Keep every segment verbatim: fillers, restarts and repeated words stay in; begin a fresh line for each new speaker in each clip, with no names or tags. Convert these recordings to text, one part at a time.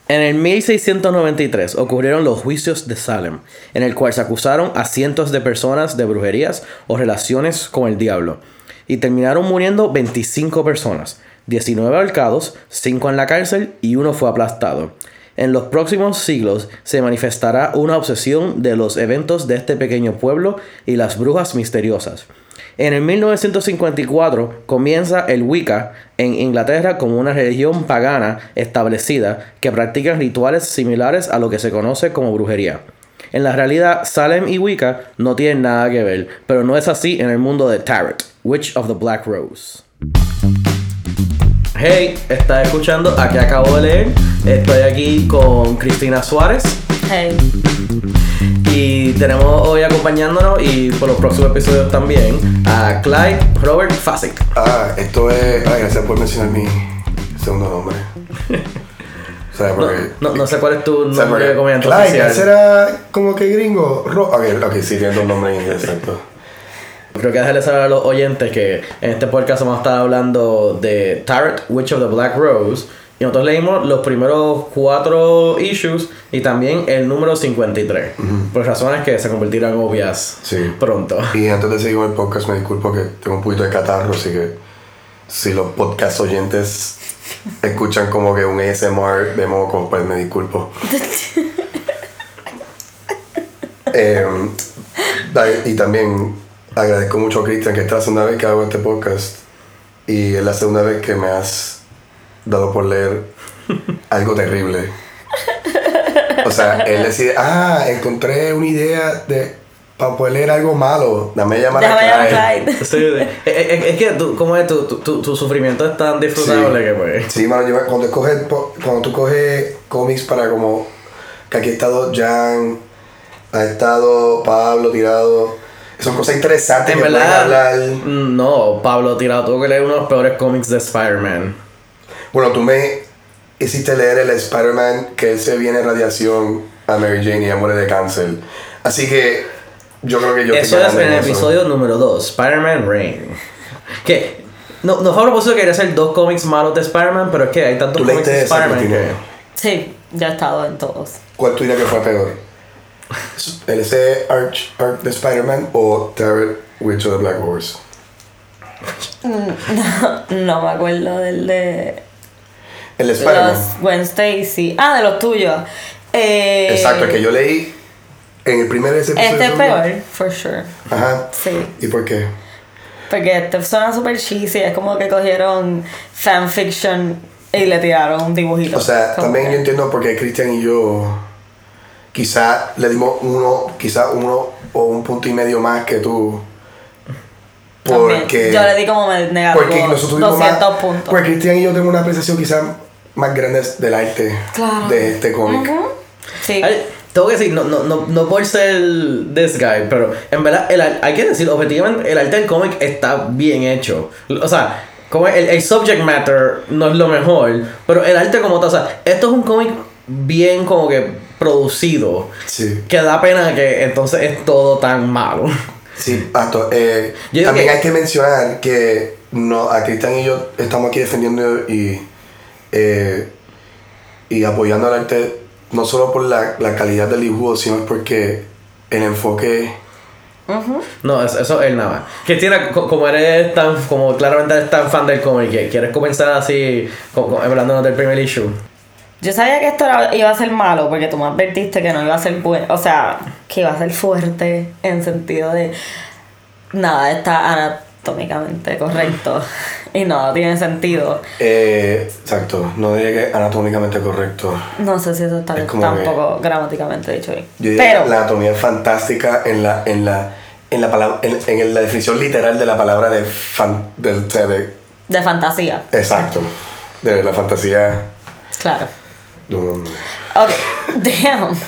En el mil seiscientos noventa y tres ocurrieron los juicios de Salem, en el cual se acusaron a cientos de personas de brujerías o relaciones con el diablo, y terminaron muriendo veinticinco personas, diecinueve ahorcados, cinco en la cárcel y uno fue aplastado. En los próximos siglos se manifestará una obsesión de los eventos de este pequeño pueblo y las brujas misteriosas. En el mil novecientos cincuenta y cuatro comienza el Wicca en Inglaterra como una religión pagana establecida que practica rituales similares a lo que se conoce como brujería. En la realidad, Salem y Wicca no tienen nada que ver, pero no es así en el mundo de Tarot, Witch of the Black Rose. Hey, estás escuchando a que acabo de leer. Estoy aquí con Cristina Suárez.
Hey.
Y tenemos hoy acompañándonos y por los próximos episodios también a Clyde Robert Fasick.
Ah, esto es... Ay, gracias por mencionar mi segundo nombre. O sea, porque...
No, no, no sé cuál es tu nombre,
o sea,
de comediante
Clyde,
oficial.
¿ese era como que gringo? Ro ok, ok, sí, tiene dos nombres en inglés, exacto.
Creo que dejarles saber a los oyentes que en este podcast vamos a estar hablando de Tarot, Witch of the Black Rose. Y nosotros leímos los primeros cuatro issues y también el número cincuenta y tres. Uh-huh. Por razones que se convertirán obvias
sí.
pronto.
Y antes de seguir con el podcast, me disculpo que tengo un poquito de catarro, así que si los podcast oyentes escuchan como que un A S M R de moco, pues me disculpo. eh, y también agradezco mucho a Cristian, que esta es la segunda vez que hago este podcast y es la segunda vez que me has dado por leer algo terrible. O sea, él decide, ah, encontré una idea de para poder leer algo malo, dame llamar a Clyde.
Sí, es, es, es que tú, como es tu, tu, tu sufrimiento es tan disfrutable, sí. Que pues.
Sí, mano, yo, cuando, coges, cuando tú coges cómics para como que aquí ha estado Jan, ha estado Pablo Tirado, son cosas interesantes
en
que
verdad,
pueden hablar.
No, Pablo Tirado tuvo que leer uno de los peores cómics de Spider-Man.
Bueno, tú me hiciste leer el Spider-Man que él se viene radiación a Mary Jane y ella muere de cáncer. Así que yo creo que yo...
Eso es en el eso. Episodio número dos, Spider-Man Reign. Que no, no fue a propósito que quería hacer dos cómics malos de Spider-Man, pero es que hay tantos cómics de Spider-Man que...
Sí, ya he estado en todos.
¿Cuál tú dirías que fue peor? ¿El ese Arch, Arch de Spider-Man o Tarot, Witch of the Black Horse?
No, no me acuerdo del de...
El Spider-Man.
Los Gwen Stacy. Ah, de los tuyos. Eh,
Exacto, el que yo leí en el primer ese episodio.
Este es peor, for sure.
Ajá.
Sí.
¿Y por qué?
Porque este suena super cheesy. Es como que cogieron fanfiction y le tiraron un dibujito.
O sea,
como
también
que...
yo entiendo por qué Cristian y yo quizá le dimos uno, quizá uno o un punto y medio más que tú. Porque
también. Yo le di como negativo
porque nosotros
doscientos
más,
puntos.
Porque Cristian y yo tenemos una apreciación quizá más grande del arte, claro, de este cómic.
Uh-huh. Sí.
Ay, tengo que decir, no, no, no, no por ser this guy, pero en verdad el, hay que decir, objetivamente el arte del cómic está bien hecho. O sea, como el, el subject matter no es lo mejor, pero el arte como tal, o sea, esto es un cómic bien como que producido,
sí,
que da pena que entonces es todo tan malo.
Sí, Pato, eh, también que... hay que mencionar que no, a Cristian y yo estamos aquí defendiendo y eh, y apoyando al arte no solo por la, la calidad del dibujo, sino porque el enfoque...
Uh-huh.
No, eso, eso es nada más. Cristina, como eres tan, como claramente eres tan fan del cómic, ¿quieres comenzar así, como, hablándonos del primer issue?
Yo sabía que esto era, iba a ser malo porque tú me advertiste que no iba a ser bueno, o sea, que iba a ser fuerte en sentido de nada está anatómicamente correcto y no tiene sentido.
Eh, exacto, no diría que anatómicamente correcto.
No sé si eso está tampoco que, gramáticamente dicho bien.
Yo diría
pero
que la anatomía es fantástica en la en la en la palabra en, en la definición literal de la palabra de fan del de,
de fantasía.
Exacto, de la fantasía.
Claro.
No, no, no.
Ok, damn.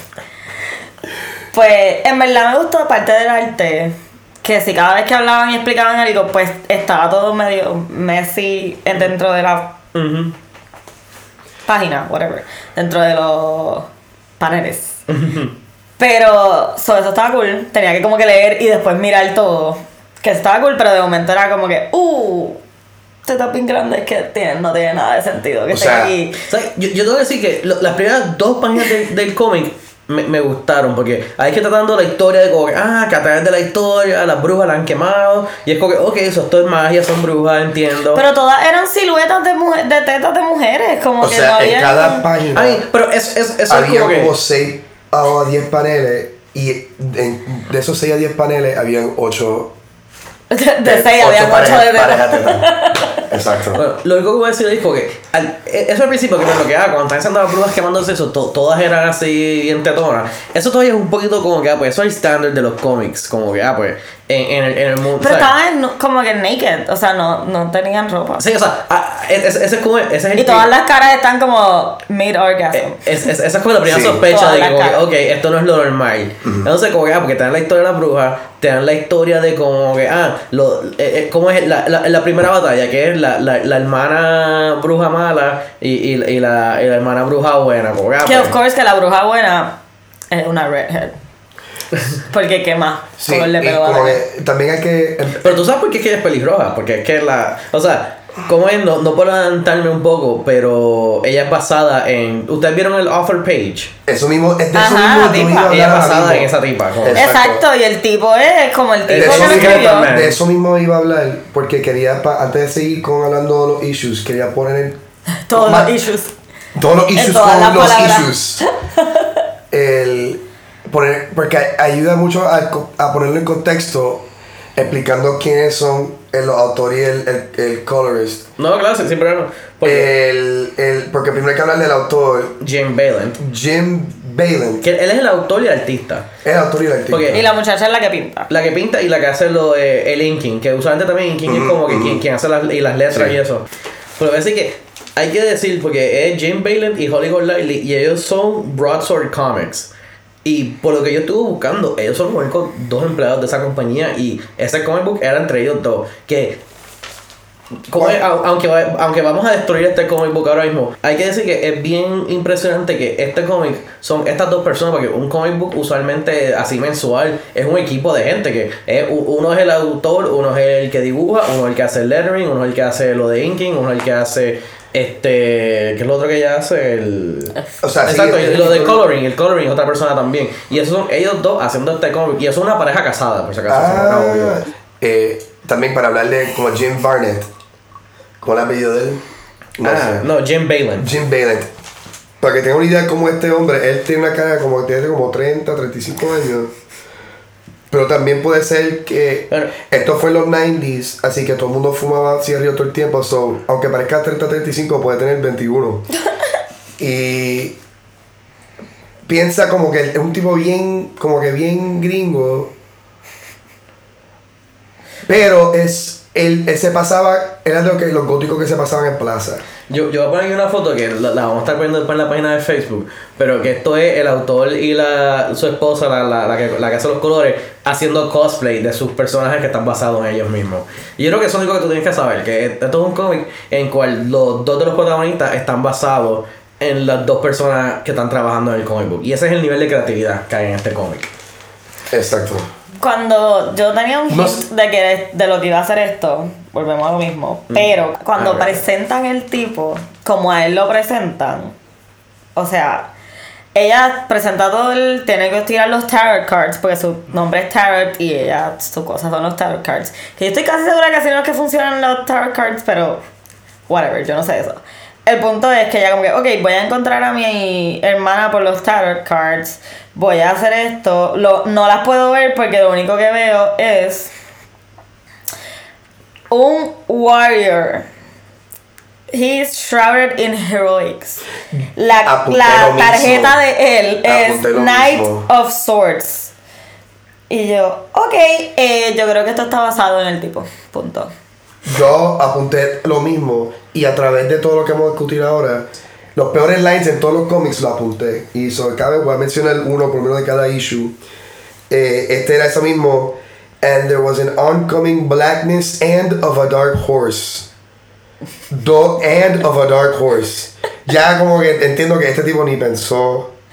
Pues en verdad me gustó parte del arte. Que si cada vez que hablaban y explicaban algo, pues estaba todo medio messy dentro de la uh-huh. página, whatever. Dentro de los paneles. Uh-huh. Pero so, eso estaba cool. Tenía que como que leer y después mirar todo. Que estaba cool, pero de momento era como que, uh, tetas bien grandes que tienen, no tiene nada de sentido. Que
O
estén
sea,
aquí.
O sea, yo, yo tengo que decir que lo- las primeras dos páginas del, del cómic me, me gustaron porque hay que tratando la historia de como que, ah, que a través de la historia las brujas la han quemado y es como que, ok, eso esto es magia, son brujas, entiendo.
Pero todas eran siluetas de mujer, de tetas de mujeres, como
O
que
sea,
no
en
había.
cada página
Ay, pero eso, eso, eso es
había
como
como
que...
seis a diez paneles y en- de esos seis a diez paneles habían ocho
De seis, había ocho
parejas-
de
parejas
tetas.
tetas. Exacto.
Bueno, lo único que voy a decir es porque al, eso al principio que me bloqueaba, cuando estaban haciendo las brujas quemándose eso, to, todas eran así bien tetonas. Eso todavía es un poquito como que, ah, pues eso es el estándar de los cómics, como que, ah, pues, en, en, el, en el mundo.
Pero
¿sabes?
estaban en- como que naked, o sea, no, no tenían ropa.
Sí, o sea, ah, ese, ese es como, ese es el
Y todas las caras están como mid-orgasm.
Eh, es, es- esa es como la primera
Sí.
sospecha
Todas
de que,
las
como que,
caras.
ok, esto no es lo normal. Entonces, como que, ah, porque te dan la historia de las brujas, te dan la historia de como que, ah, lo, eh, eh, cómo es la, la, la primera batalla, que es la, la, la hermana bruja mala y, y, y, la, y la hermana bruja buena. Como que, ah,
Que
pues,
of course que la bruja buena es una redhead. Porque quema.
Sí,
Color de
y
pelo
como
verde.
que también hay que em,
pero tú sabes por qué es que ella es pelirroja, porque es que la, o sea, como es, no, no puedo adelantarme un poco, pero ella es basada en, ¿ustedes vieron el offer page?
eso mismo es de eso
Ajá,
mismo
la
que yo
tipa.
iba a
Ella es
hablar ahora
basada
mismo.
en esa tipa. como-
Exacto.
Exacto, y el tipo es como el tipo
De
que
eso,
lo
mismo,
escribió.
Man.
de eso mismo iba a hablar porque quería pa- antes de seguir con hablando de los issues quería poner
Todos
Ma-
los issues.
todos los issues
todas
con
las
los
palabras.
issues el poner porque ayuda mucho a, co- a ponerlo en contexto explicando quiénes son el autor y el, el, el colorist
No, claro, sin problema. Porque
el, el, porque primero hay que hablar del autor
Jim Balent,
Jim Balent
que él es el autor y el artista.
el autor y el artista
Porque-
Y la muchacha es la que pinta.
La que pinta y la que hace lo de el inking, que usualmente también inking es como que quien, quien hace las, y las letras
Sí.
y eso. Pero es que hay que decir, porque es Jim Balent y Holly Golightly y ellos son Broadsword Comics. Y por lo que yo estuve buscando, ellos son los únicos dos empleados de esa compañía y ese comic book era entre ellos dos. Que como es, au- aunque, va- aunque vamos a destruir este comic book ahora mismo, hay que decir que es bien impresionante que este cómic son estas dos personas, porque un comic book usualmente así mensual es un equipo de gente que es, u- uno es el autor, uno es el que dibuja, uno es el que hace el lettering, uno es el que hace lo de inking, uno es el que hace este, ¿qué es lo otro que ella hace? El...
o sea, sí,
Exacto,
el-
y lo de coloring, el coloring es otra persona también. Y esos son ellos dos haciendo este cómic. Y eso es una pareja casada, por si acaso. se me
Ah,
olvidó.
eh, también para hablarle como Jim Barnett, ¿cómo es el apellido de él? No
ah,
sé.
no, Jim Balent.
Jim Balent. Para que tengan una idea de cómo este hombre, él tiene una cara como que tiene como treinta, treinta y cinco años. Pero también puede ser que
Bueno.
esto fue en los noventas, así que todo el mundo fumaba cigarrillos todo el tiempo. So, aunque parezca treinta, treinta y cinco, puede tener veintiuno. Y piensa como que es un tipo bien, como que bien gringo. Pero es, él, él se pasaba, era de lo que, los góticos que se pasaban en plaza.
Yo, yo voy a poner aquí una foto que la, la vamos a estar poniendo después en la página de Facebook. Pero que esto es el autor y la, su esposa, la, la, la, que, la que hace los colores, haciendo cosplay de sus personajes que están basados en ellos mismos. Y yo creo que eso es lo único que tú tienes que saber: que esto es un cómic en cual los dos de los protagonistas están basados en las dos personas que están trabajando en el comic book. Y ese es el nivel de creatividad que hay en este cómic.
Exacto.
Cuando yo tenía un
No
hint
sé.
de que de lo que iba a hacer esto, volvemos a lo mismo. Pero cuando
A ver.
presentan el tipo, como a él lo presentan, o sea, ella presenta todo el. Tiene que tirar los tarot cards, porque su nombre es Tarot y ella, su cosa son los tarot cards. Que yo estoy casi segura que así no es que funcionan los tarot cards, pero. Whatever, yo no sé eso. El punto es que ella como que, ok, voy a encontrar a mi hermana por los tarot cards, voy a hacer esto, lo, no las puedo ver porque lo único que veo es un warrior. He's shrouded in heroics. La,
Apunté
la
lo mismo.
tarjeta de él es
Apunté lo
Knight
mismo.
of Swords. Y yo, ok, eh, yo creo que esto está basado en el tipo, punto.
Yo apunté lo mismo y a través de todo lo que vamos a discutir ahora, los peores lines en todos los cómics lo apunté. Y sobre cada vez voy a mencionar uno por lo menos de cada issue. Eh, este era eso mismo. And there was an oncoming blackness and of a dark horse. Do and of a dark horse. Ya como que entiendo que este tipo ni pensó.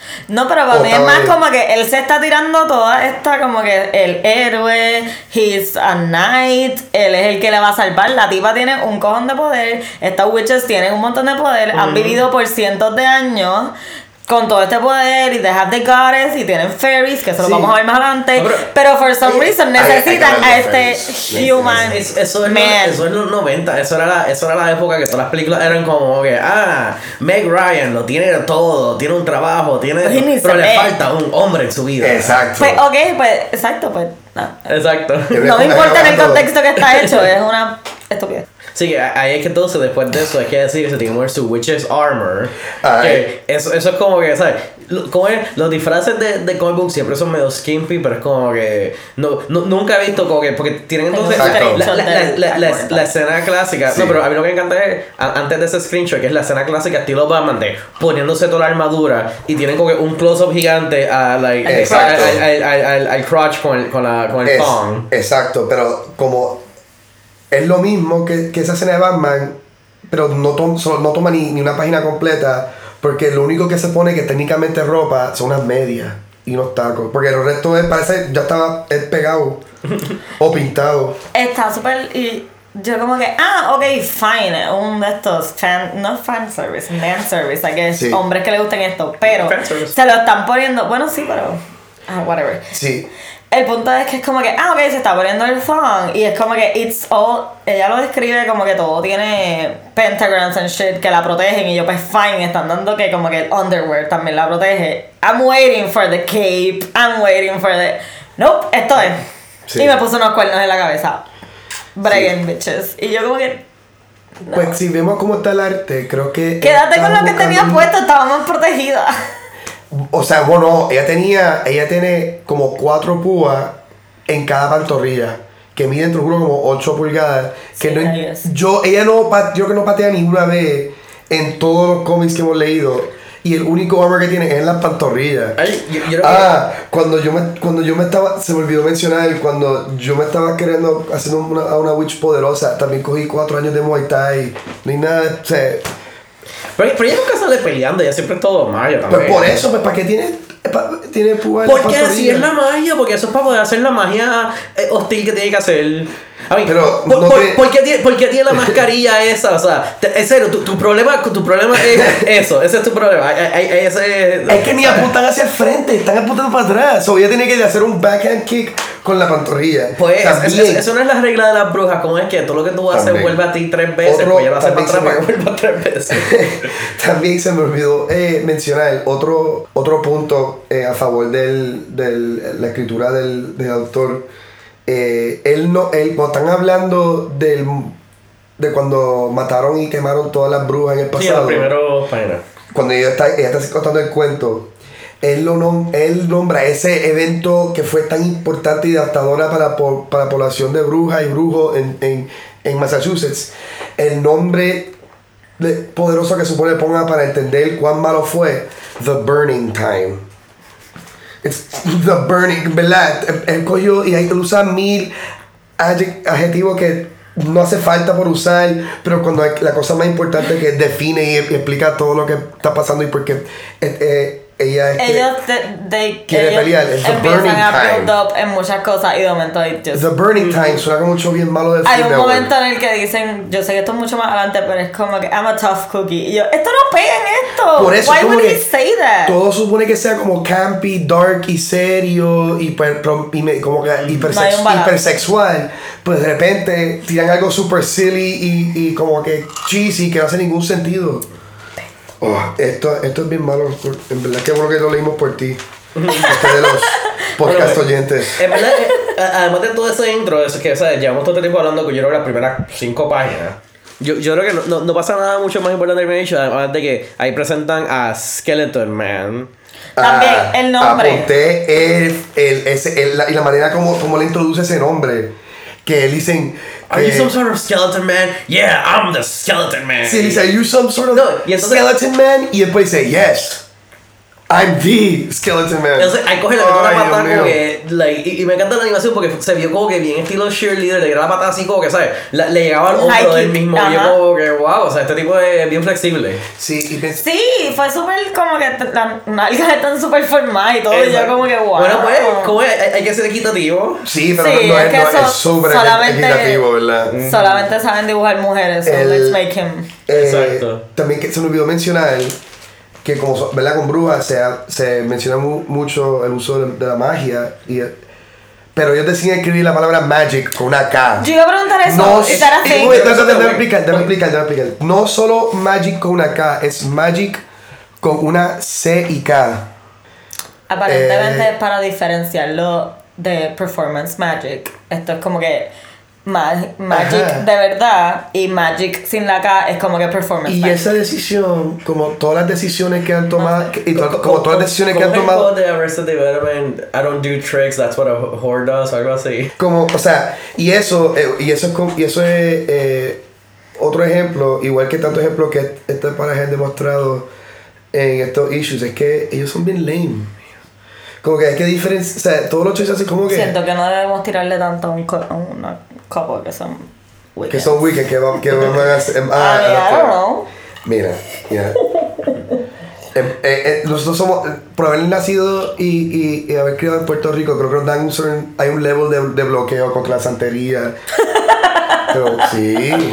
No, pero para
O
mí es
estaba
más
bien.
como que él se está tirando toda esta como que el héroe, he's a knight, él es el que le va a salvar. La tipa tiene un cojón de poder, estas witches tienen un montón de poder, han vivido por cientos de años con todo este poder y they have the goddess y tienen fairies, que eso lo
Sí.
vamos a ver más adelante.
No, pero-
pero for some
Hay-
reason
hay- hay que
necesitan
hablar
a
de
este
fairies.
human
Es- eso, es
man.
lo- eso es los noventa, eso era, la, eso era la época que todas las películas eran como que, ah, Meg Ryan lo tiene todo, tiene un trabajo, tiene,
Pero he needs
pero
a
le
man.
falta un hombre en su vida.
Exacto.
Pues, ok, pues, exacto, pues. No,
Exacto.
no me importa en el
hablando-
contexto que está hecho, es una estupidez.
Sí, que ahí es que entonces después de eso hay que decir que se tiene que poner su Witch's Armor.
Ay.
Que eso, eso es como que, ¿sabes? Lo- Como es, los disfraces de, de comic book siempre son medio skimpy, pero es como que. No, no, nunca he visto como que. Porque tienen entonces la,
Exacto.
la, la, la, la, la- la escena clásica.
Sí.
No, pero a mí lo que me encanta es, a- antes de ese screenshot, que es la escena clásica estilo Batman, de poniéndose toda la armadura y tienen como que un close-up gigante a, like,
Exacto.
al, al, al, al, al crotch con el, con la, con el
Es-
thong.
exacto, pero como es lo mismo que, que esa escena de Batman, pero no, tom- solo- no toma ni, ni una página completa, porque lo único que se pone que técnicamente es ropa son unas medias y unos tacos, porque el resto es, parece ya estaba es pegado o pintado.
Está súper. Y yo, como que, ah, ok, fine. Un de estos fan. No fan service, man service. Hay que
Sí.
hombres que le gusten esto. Pero
Fan service.
se lo están poniendo. Bueno, sí, pero. Ah, whatever.
Sí,
El punto es que es como que, ah, ok, se está poniendo el thong. Y es como que, it's all. Ella lo describe como que todo tiene pentagrams and shit que la protegen. Y yo, pues, fine, están dando que como que el underwear también la protege. I'm waiting for the cape. I'm waiting for the. Nope, esto es.
Sí.
Y me puso unos cuernos en la cabeza. Bregan, bitches. Y yo, como que. no.
pues si vemos cómo está el arte, creo que
Quédate con
está
lo que tenía
buscando-
puesto, estaba más protegida.
O sea, bueno, ella tenía, ella tiene como cuatro púas en cada pantorrilla, que miden, te lo juro, como ocho pulgadas. Que
Sí,
no,
ahí es.
yo, ella no, pa- yo que no patea ninguna vez en todos los cómics que hemos leído. Y el único armor que tiene es en las pantorrillas.
Ay, yo, yo creo que-
Ah, cuando yo me, cuando yo me estaba, se me olvidó mencionar, cuando yo me estaba queriendo hacer una, a una witch poderosa, también cogí cuatro años de Muay Thai, no hay nada, o sea,
Pero, pero ella nunca sale peleando, ella siempre es todo magia también.
pues por eso, pues para qué tiene, pa- tiene púa en las
Porque así
pantorrillas.
es la magia, porque eso es para poder hacer la magia eh, hostil que tiene que hacer. A mí,
Pero
¿por,
no
por-
tiene-
por qué tiene, por qué tiene la mascarilla esa? O sea, te- en serio, tu, tu problema, tu problema es eso, ese es tu problema. Ay, ay, ay, ese,
Es que ni apuntan hacia el frente, están apuntando para atrás. O ella tiene que hacer un backhand kick con la pantorrilla.
Pues
También,
es- es- eso no es la regla de las brujas, como es que todo lo que tú haces
También.
vuelve a ti tres veces,
Otro-
pues ella lo hace para
también
atrás
se
para
me-
que vuelva tres veces.
también se me olvidó eh, mencionar otro, otro punto eh, a favor de la escritura del, del autor. Eh, él no, él, cuando están hablando del, de cuando mataron y quemaron todas las brujas en el
Sí,
pasado.
los primeros páginas.
Cuando ella está, ella está contando el cuento, él, lo nom- él nombra ese evento que fue tan importante y devastadora para, po- para la población de brujas y brujos en, en, en Massachusetts. El nombre de- poderoso que supone ponga para entender cuán malo fue: The Burning Time. It's The Burning, ¿verdad? Él, él cogió y ahí usa mil adje- adjetivos que no hace falta por usar, pero cuando hay la cosa más importante que define y, y explica todo lo que está pasando y por qué eh, eh, ella es que-
Ellos, they, they-
Quiere
ellos
pelear, es the burning
empiezan a
time.
build up en muchas cosas y de momento hay just-
The Burning Time suena como un show bien malo del
Hay
Food
un
Network.
momento en el que dicen, yo sé que esto es mucho más adelante, pero es como que I'm a tough cookie. Y yo, esto no pega en esto.
Por eso
Why
es como
would
que
he say that?
todo supone que sea como campy, dark y serio y, per- pro- y me- como que hipersex-
No hay un balance.
hipersexual. Pues de repente tiran algo super silly y, y como que cheesy que no hace ningún sentido. Oh, esto, esto es bien malo. En verdad que bueno que lo leímos por ti. Ustedes los podcast
Bueno,
oyentes.
En verdad, eh, a- además de todo ese intro, es que, ¿sabes? Llevamos todo este tiempo hablando que yo creo que las primeras cinco páginas. Yo, yo creo que no, no, no pasa nada mucho más importante de Animation, además de que ahí presentan a Skeleton Man.
También,
Ah,
el nombre.
Apunté el, el, ese, el- la, y la manera como, como le introduce ese nombre. Que dicen.
Are you
que-
some sort of skeleton man? Yeah, I'm the skeleton man.
Sí, dice, are you some sort of
No, y entonces-
skeleton man? Y después dice, yes. I'm the Skeleton Man.
Entonces, ahí coge la una
Ay,
patada
Dios
como
mío.
que. Like, y, y me encanta la animación porque se vio como que bien estilo cheerleader. Le dio la patada así como que, ¿sabes? La- le llegaba al hombro
High
del
kick,
mismo. Y yo
ajá.
como que, wow, o sea, este tipo es bien flexible.
Sí, y pens-
Sí, fue súper como que t- las nalgas están súper formadas y todo. Y yo
Exacto.
como que wow.
Bueno, pues, como es? hay, hay que ser equitativo.
sí, pero
Sí,
no,
es
es,
que
no,
eso
es súper
solamente-
equitativo, ¿verdad?
Solamente saben dibujar mujeres, so
El-
let's make him.
Eh,
Exacto.
También que se me olvidó mencionar que como so- ¿verdad? Con brujas se, ha- se menciona mu- mucho el uso de, de la magia y, pero ellos deciden escribir la palabra magic con una K.
Yo iba a preguntar eso.
No,
¿is
es-
that a
eh,
thing?
wait,
Pero
déjame-
eso te
déjame
voy-
explicar, déjame explicar, déjame explicar. No solo magic con una K, es magic con una C y K.
Aparentemente
Eh,
es para diferenciarlo de performance magic. Esto es como que ma- magic
Ajá.
de verdad y magic sin la K es como que performance
Y
magic.
esa decisión, como todas las decisiones que han tomado, que- y to-
Co-
como
co-
todas las decisiones que
como
han
el
tomado,
juego de Arrested Development, I don't do tricks, that's what a whore does, o algo así.
como, o sea, y eso, eh, y eso es, com- y eso es eh, otro ejemplo, igual que tantos ejemplos que esta pareja han demostrado en estos issues, es que ellos son bien lame. Como que hay que diferenciar, o sea, todos los choices así como que,
Siento que no debemos tirarle tanto a, un co- a una couple que son
que
wicked.
son wicked, que, va- que van a hacer.
I mean, I don't know.
Mira, mira. Eh, eh, eh, nosotros somos, por haber nacido y, y, y haber criado en Puerto Rico, creo que nos dan un certain- hay un level de, de bloqueo contra la santería. Pero sí.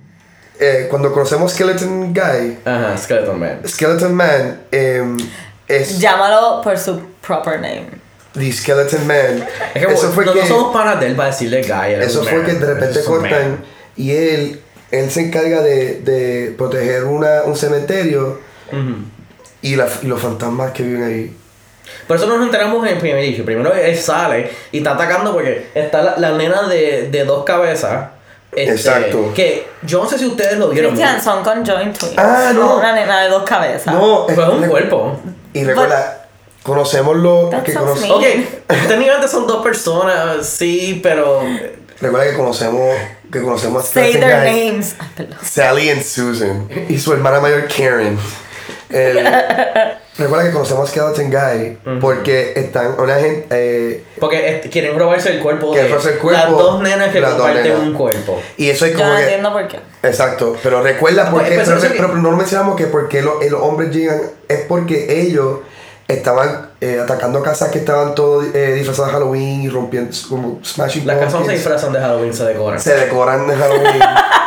Eh, cuando conocemos Skeleton Guy,
Ajá, Skeleton Man.
Skeleton Man, eh, es
Llámalo por su proper name.
The Skeleton Man.
Es que
Eso fue
no,
que,
no somos panas de él para decirle guy. él es
eso
un
fue
man.
que de repente
Él es un
cortan
man.
y él, él se encarga de, de proteger una, un cementerio
Ujú.
y, la, y los fantasmas que viven ahí.
Por eso nos enteramos en el primer issue. Primero él sale y está atacando porque está la, la nena de, de dos cabezas. Este,
Exacto.
Que yo no sé si ustedes lo vieron.
Christian son conjoined twins.
Ah, no.
Una nena de dos cabezas.
No,
Fue un
re-
cuerpo.
Y recuerda, conocemos lo
That
que
sounds
conocemos.
mean.
Ok, técnicamente son dos personas, sí, pero.
Recuerda que conocemos que conocemos a
Say
Skeleton
their
Guy,
names. Ay, perdón.
Sally y Susan y su hermana mayor Karen. El- recuerda que conocemos a Skeleton Guy porque están una gente eh,
Porque este, quieren robarse el cuerpo
Quieren
de
robarse el cuerpo,
las dos nenas que
las dos
comparten
nenas.
un cuerpo.
y eso es
Yo
como
no
que
entiendo por qué.
exacto, pero recuerda por
Pues,
qué,
pues,
pero,
eso que-
pero no mencionamos que porque lo- eh, los hombres llegan es porque ellos estaban eh, atacando casas que estaban todos eh, disfrazadas de Halloween y rompiendo como smashing
Las casas no se
pumpkins.
disfrazan de Halloween, se decoran.
Se decoran de Halloween.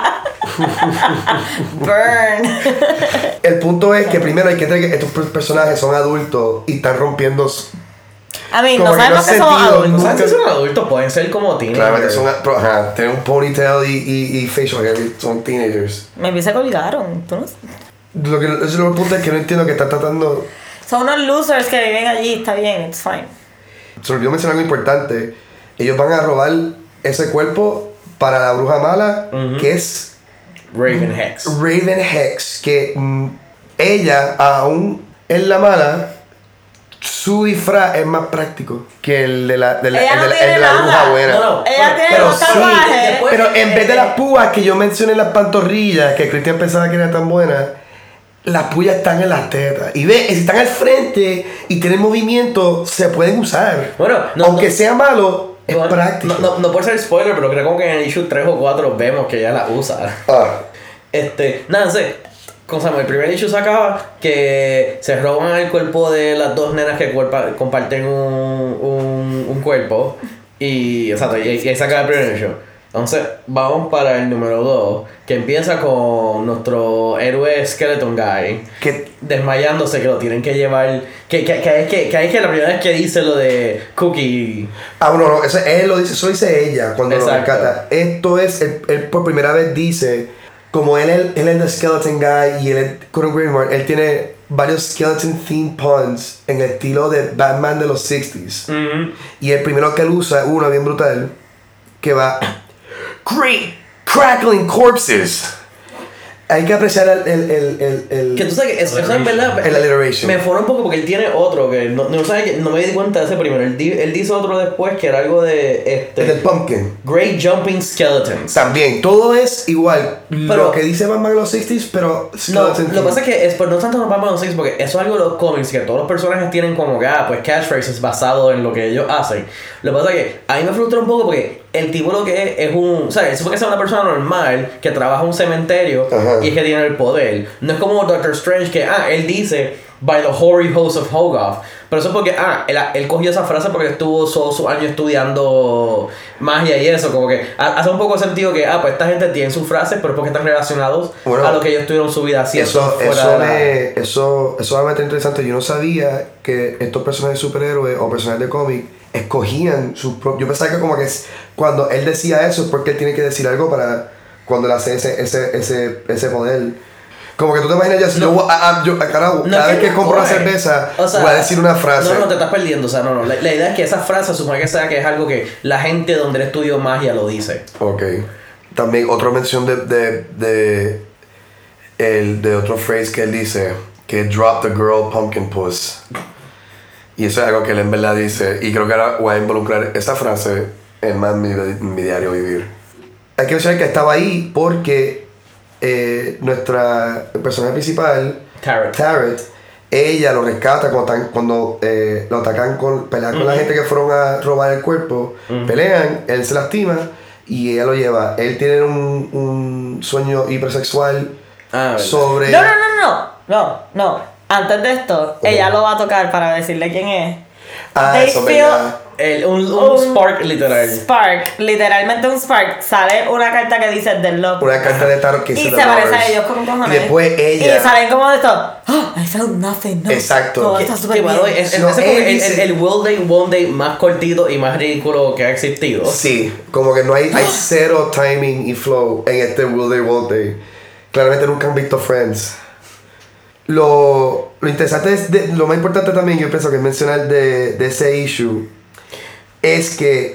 Burn.
El punto es que primero hay que entender que estos per- personajes son adultos y están rompiendo s-
A mí,
Como
no
que
sabemos
no
que somos
sentido,
adultos.
No saben si son adultos, pueden ser como teenagers.
claramente son a- pero, ajá, tienen un ponytail y, y, y facial hair, son teenagers.
Maybe se colgaron. ¿Tú no?
Lo que eso es lo punto es que no entiendo que están tratando.
Son unos losers que viven allí. Está bien, it's fine.
Se me olvidó mencionar algo importante. Ellos van a robar ese cuerpo para la bruja mala,
Ujú.
que es
Raven Hex.
Raven Hex, que mm, ella, aún en la mala, su disfraz es más práctico que el de la, de la,
Ella
el
no
de la-
tiene
el de la
nada.
bruja buena.
No, no.
Ella tiene
pero
los
sí,
tatuajes.
después-
Pero en vez de las púas que yo mencioné en las pantorrillas, que Cristian pensaba que eran tan buenas, las puyas están en las tetas. Y ve, si están al frente y tienen movimiento, se pueden usar.
Bueno, no-
aunque
no-
sea malo, es
No,
práctico.
No, no, no puede ser spoiler, pero creo que en el issue tres o cuatro vemos que ella la usa.
Ah,
Este, nada, no sé. Como sabemos, el primer issue se acaba que se roban el cuerpo de las dos nenas que cuerpa- comparten un, un, un cuerpo. Y, exacto, y, y ahí se acaba el primer issue. Entonces, vamos para el número dos, que empieza con nuestro héroe Skeleton Guy
que
desmayándose, que lo tienen que llevar. Que, que, que, que, que es que la primera vez que dice lo de Cookie.
Ah, no, no, eso, él lo dice, eso dice ella cuando lo
Exacto.
rescata. Esto es, él, él por primera vez dice, como él, él, él es el Skeleton Guy y él es Conan Grimward, él tiene varios Skeleton themed puns en el estilo de Batman de los sixties.
Mm-hmm.
Y el primero que él usa, uno bien brutal, que va, Great crackling corpses. hay que apreciar el... el, el, el, el
que tú sabes que eso, eso en verdad...
El alliteration.
Me fue un poco porque él tiene otro que... No, no, sabes que no me di cuenta de ese primero. Él, di, él dice otro después que era algo de... Este,
el del pumpkin.
Great Jumping Skeletons.
También. Todo es igual.
Pero,
lo que dice Batman en los sesenta, pero...
No, lo que pasa es que es, pues, no tanto los Batman en los sesenta, porque eso es algo de los cómics, que todos los personajes tienen como que, ah, pues catchphrases basado en lo que ellos hacen. Lo que pasa es que a mí me frustra un poco porque el tipo lo que es es un... O sea, él supone que sea una persona normal que trabaja en un cementerio. Ajá. Y es que tiene el poder. No es como Doctor Strange que, ah, él dice by the hoary host of Hogarth. Pero eso es porque, ah, él, él cogió esa frase porque estuvo todos sus años estudiando magia y eso. Como que hace un poco de sentido que, ah, pues esta gente tiene sus frases, pero es porque están relacionados bueno, a lo que ellos tuvieron su vida haciendo.
Eso, eso, la... me, eso, eso es bastante interesante. Yo no sabía que estos personajes superhéroes o personajes de cómic escogían sus propios... Yo pensaba que como que cuando él decía eso es porque él tiene que decir algo para cuando le hace ese, ese, ese, ese poder. Como que tú te imaginas ya, si no, yo, a, a, yo carajo, no cada vez que, que compro una cerveza, o sea, voy a decir una frase.
No, no, te estás perdiendo, o sea, no, no. La, la idea es que esa frase supone que sea que es algo que la gente donde él estudió magia lo dice.
Ok. También otra mención de, de, de, el, de otro phrase que él dice, que drop the girl pumpkin puss. Y eso es algo que él en verdad dice, y creo que ahora voy a involucrar esa frase en más mi, mi diario vivir. Hay que mencionar que estaba ahí porque eh, nuestra personaje principal,
Tarrant,
Tarrant ella lo rescata cuando, tan, cuando eh, lo atacan con, pelean con uh-huh. la gente que fueron a robar el cuerpo, uh-huh. pelean, él se lastima y ella lo lleva. Él tiene un, un sueño hipersexual
ah,
sobre... No, no, no, no, no, no. Antes de esto, uh-huh. ella lo va a tocar para decirle quién es.
Ah,
They
eso
feel
el, un, un, un spark literal.
Spark, literalmente un spark. Sale una carta que dice The Love.
Una carta de tarot que dice
y se parece a ellos con cojones.
Y después ella.
Y salen como de esto. Oh, I felt nothing. No.
Exacto.
Todo está súper bien.
Es, es, no, es el, el, el, el Will Day, One Day más cortito y más ridículo que ha existido.
Sí, como que no hay, hay cero timing y flow en este Will Day, One Day. Claramente nunca han visto Friends. Lo, lo interesante es, de, lo más importante también, yo pienso que es mencionar de, de ese issue, es que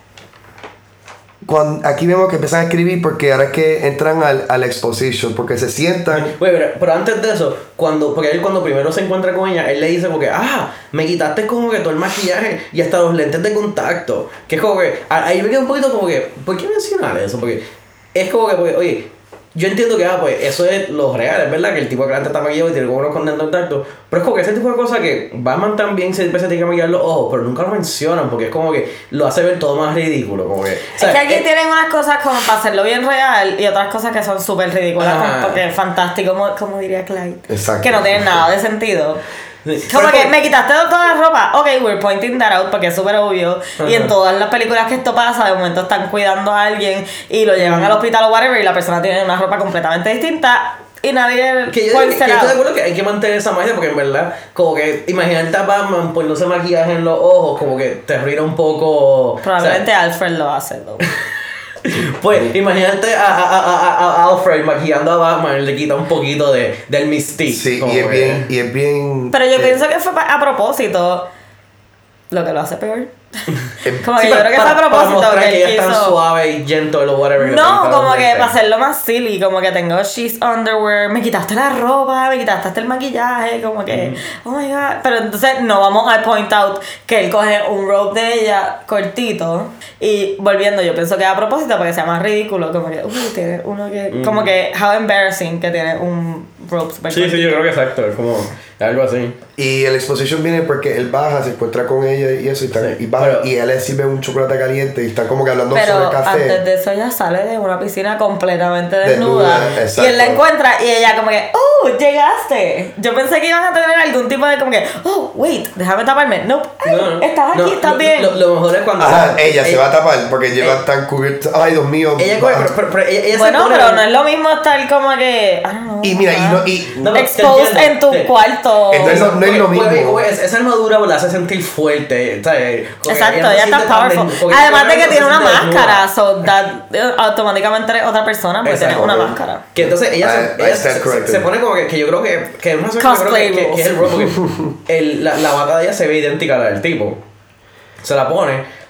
cuando, aquí vemos que empiezan a escribir porque ahora es que entran al, a la exposition, porque se sientan...
Oye, pero, pero antes de eso, cuando, porque él cuando primero se encuentra con ella, él le dice porque, ah, me quitaste como que todo el maquillaje y hasta los lentes de contacto, que es como que, ahí me queda un poquito como que, ¿por qué mencionar eso? Porque es como que, porque, oye... Yo entiendo que, ah, pues, eso es lo real, es verdad que el tipo de claramente está maquillado y tiene como unos condensos contacto. Pero es como que ese tipo de cosas que Batman también siempre se tiene que maquillar los ojos, pero nunca lo mencionan porque es como que lo hace ver todo más ridículo. Como que,
o sea, es que aquí eh, tienen unas cosas como para hacerlo bien real y otras cosas que son súper ridículas, como, porque es fantástico, como, como diría Clyde.
Exacto.
Que no tienen nada de sentido. Como que me quitaste toda la ropa. Ok, we're pointing that out porque es súper obvio. Uh-huh. Y en todas las películas que esto pasa, de momento están cuidando a alguien y lo llevan uh-huh. al hospital o whatever y la persona tiene una ropa completamente distinta y nadie
que yo, que, que yo estoy de acuerdo que hay que mantener esa magia porque en verdad, como que imagínate a Batman poniéndose maquillaje en los ojos, como que te arruina un poco.
Probablemente, o sea, Alfred lo hace, ¿no?
Pues imagínate a, a, a, a Alfred maquillando a Batman, le quita un poquito de, del mystique.
Sí, y es, que... bien, y es bien.
Pero yo
eh,
pienso que fue a propósito, lo que lo hace peor. Como que
sí,
yo
para,
creo que fue a propósito.
Para mostrar que,
que
ella es tan
quiso...
suave y gentle o whatever.
No, como que para hacerlo más silly, como que tengo she's underwear, me quitaste la ropa, me quitaste hasta el maquillaje, como que, mm. oh my god. Pero entonces no vamos a point out que él coge un robe de ella cortito y volviendo, yo pienso que a propósito para que sea más ridículo, como que, uy, tiene uno que, mm. como que, how embarrassing que tiene un robe super
Sí, cortito. Sí, yo creo que exacto, es como algo así.
Y el exposition viene porque él baja, se encuentra con ella y eso, y, está, sí, y baja, pero, y él le sirve un chocolate caliente y están como que hablando
pero
sobre café.
Antes de eso ella sale de una piscina completamente desnuda, desnuda y él la encuentra y ella como que, oh, llegaste. Yo pensé que iban a tener algún tipo de como que, oh, wait, déjame taparme. Nope, ay, no, no, estás aquí, no, estás
lo,
bien.
Lo, lo mejor es cuando
Ajá, ella, ella se va a tapar porque lleva ella, tan cubierta. Ay, Dios mío.
Ella, pero, pero, pero ella, ella
bueno, pero no es lo mismo estar como que, I don't know,
y mira, y no, y
no, exposed en tu
sí.
cuarto.
Entonces no, no es lo mismo.
Esa armadura la hace sentir fuerte, ¿sabes?
Exacto, ella está powerful. Además de que tiene una máscara, so that automáticamente eres otra persona porque tiene una máscara.
Que entonces ella, se, ella se, se, se pone como que, que yo creo que, que es una
cosplay
que, que, que es el robo porque el, la, la bata de ella se ve idéntica a la del tipo. Se la pone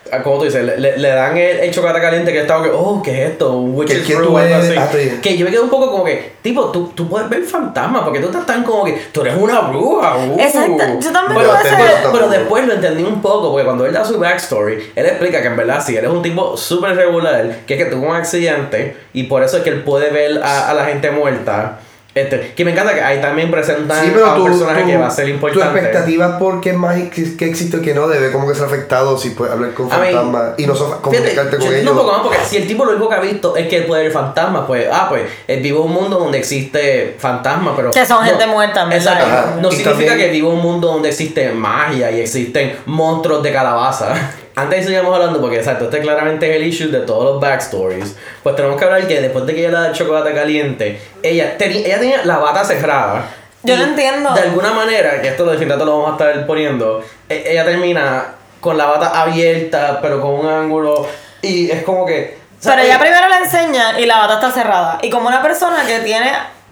como tú dices, le, le dan el, el chocolate caliente que estaba que, oh, ¿qué es esto? Un witch's
¿Qué- qué
brew
tú
o algo
ves?
así.
Ah, sí.
Que yo me quedo un poco como que, tipo, tú, tú puedes ver fantasmas, porque tú estás tan como que, tú eres una bruja. Uh.
Exacto, yo también
pero,
tuve
ese-
pero, pero después lo entendí un poco, porque cuando él da su backstory, él explica que en verdad sí, él es un tipo súper regular, que es que tuvo un accidente, y por eso es que él puede ver a, a la gente muerta. Este, que me encanta que ahí también presentan
Sí, pero
a un
tu,
personaje
tu-
que va a ser
tu
importante.
expectativa por qué más que, que existe o que no debe como que ser afectado si puedes hablar con
A mí-
fantasmas y no so-
Fíjate,
comunicarte
yo
con
entiendo un poco
ellos.
más porque si el tipo lo único que ha visto es que él puede ver fantasmas, pues, ah, pues, él vive un mundo donde existe fantasmas, pero...
Que son
no,
gente muerta, ¿verdad?
Exacto.
Ajá.
No
Y
significa
también-
que vive un mundo donde existe magia y existen monstruos de calabaza. Antes de seguimos hablando, porque exacto, este claramente es el issue de todos los backstories. Pues tenemos que hablar que después de que ella le da el chocolate caliente, ella, teni- ella tenía la bata cerrada.
Yo
Y
no entiendo.
De alguna manera, que esto lo definitivamente lo vamos a estar poniendo, e- ella termina con la bata abierta, pero con un ángulo. Y es como que. o sea,
Pero ella
eh,
primero la enseña y la bata está cerrada. Y como una persona que tiene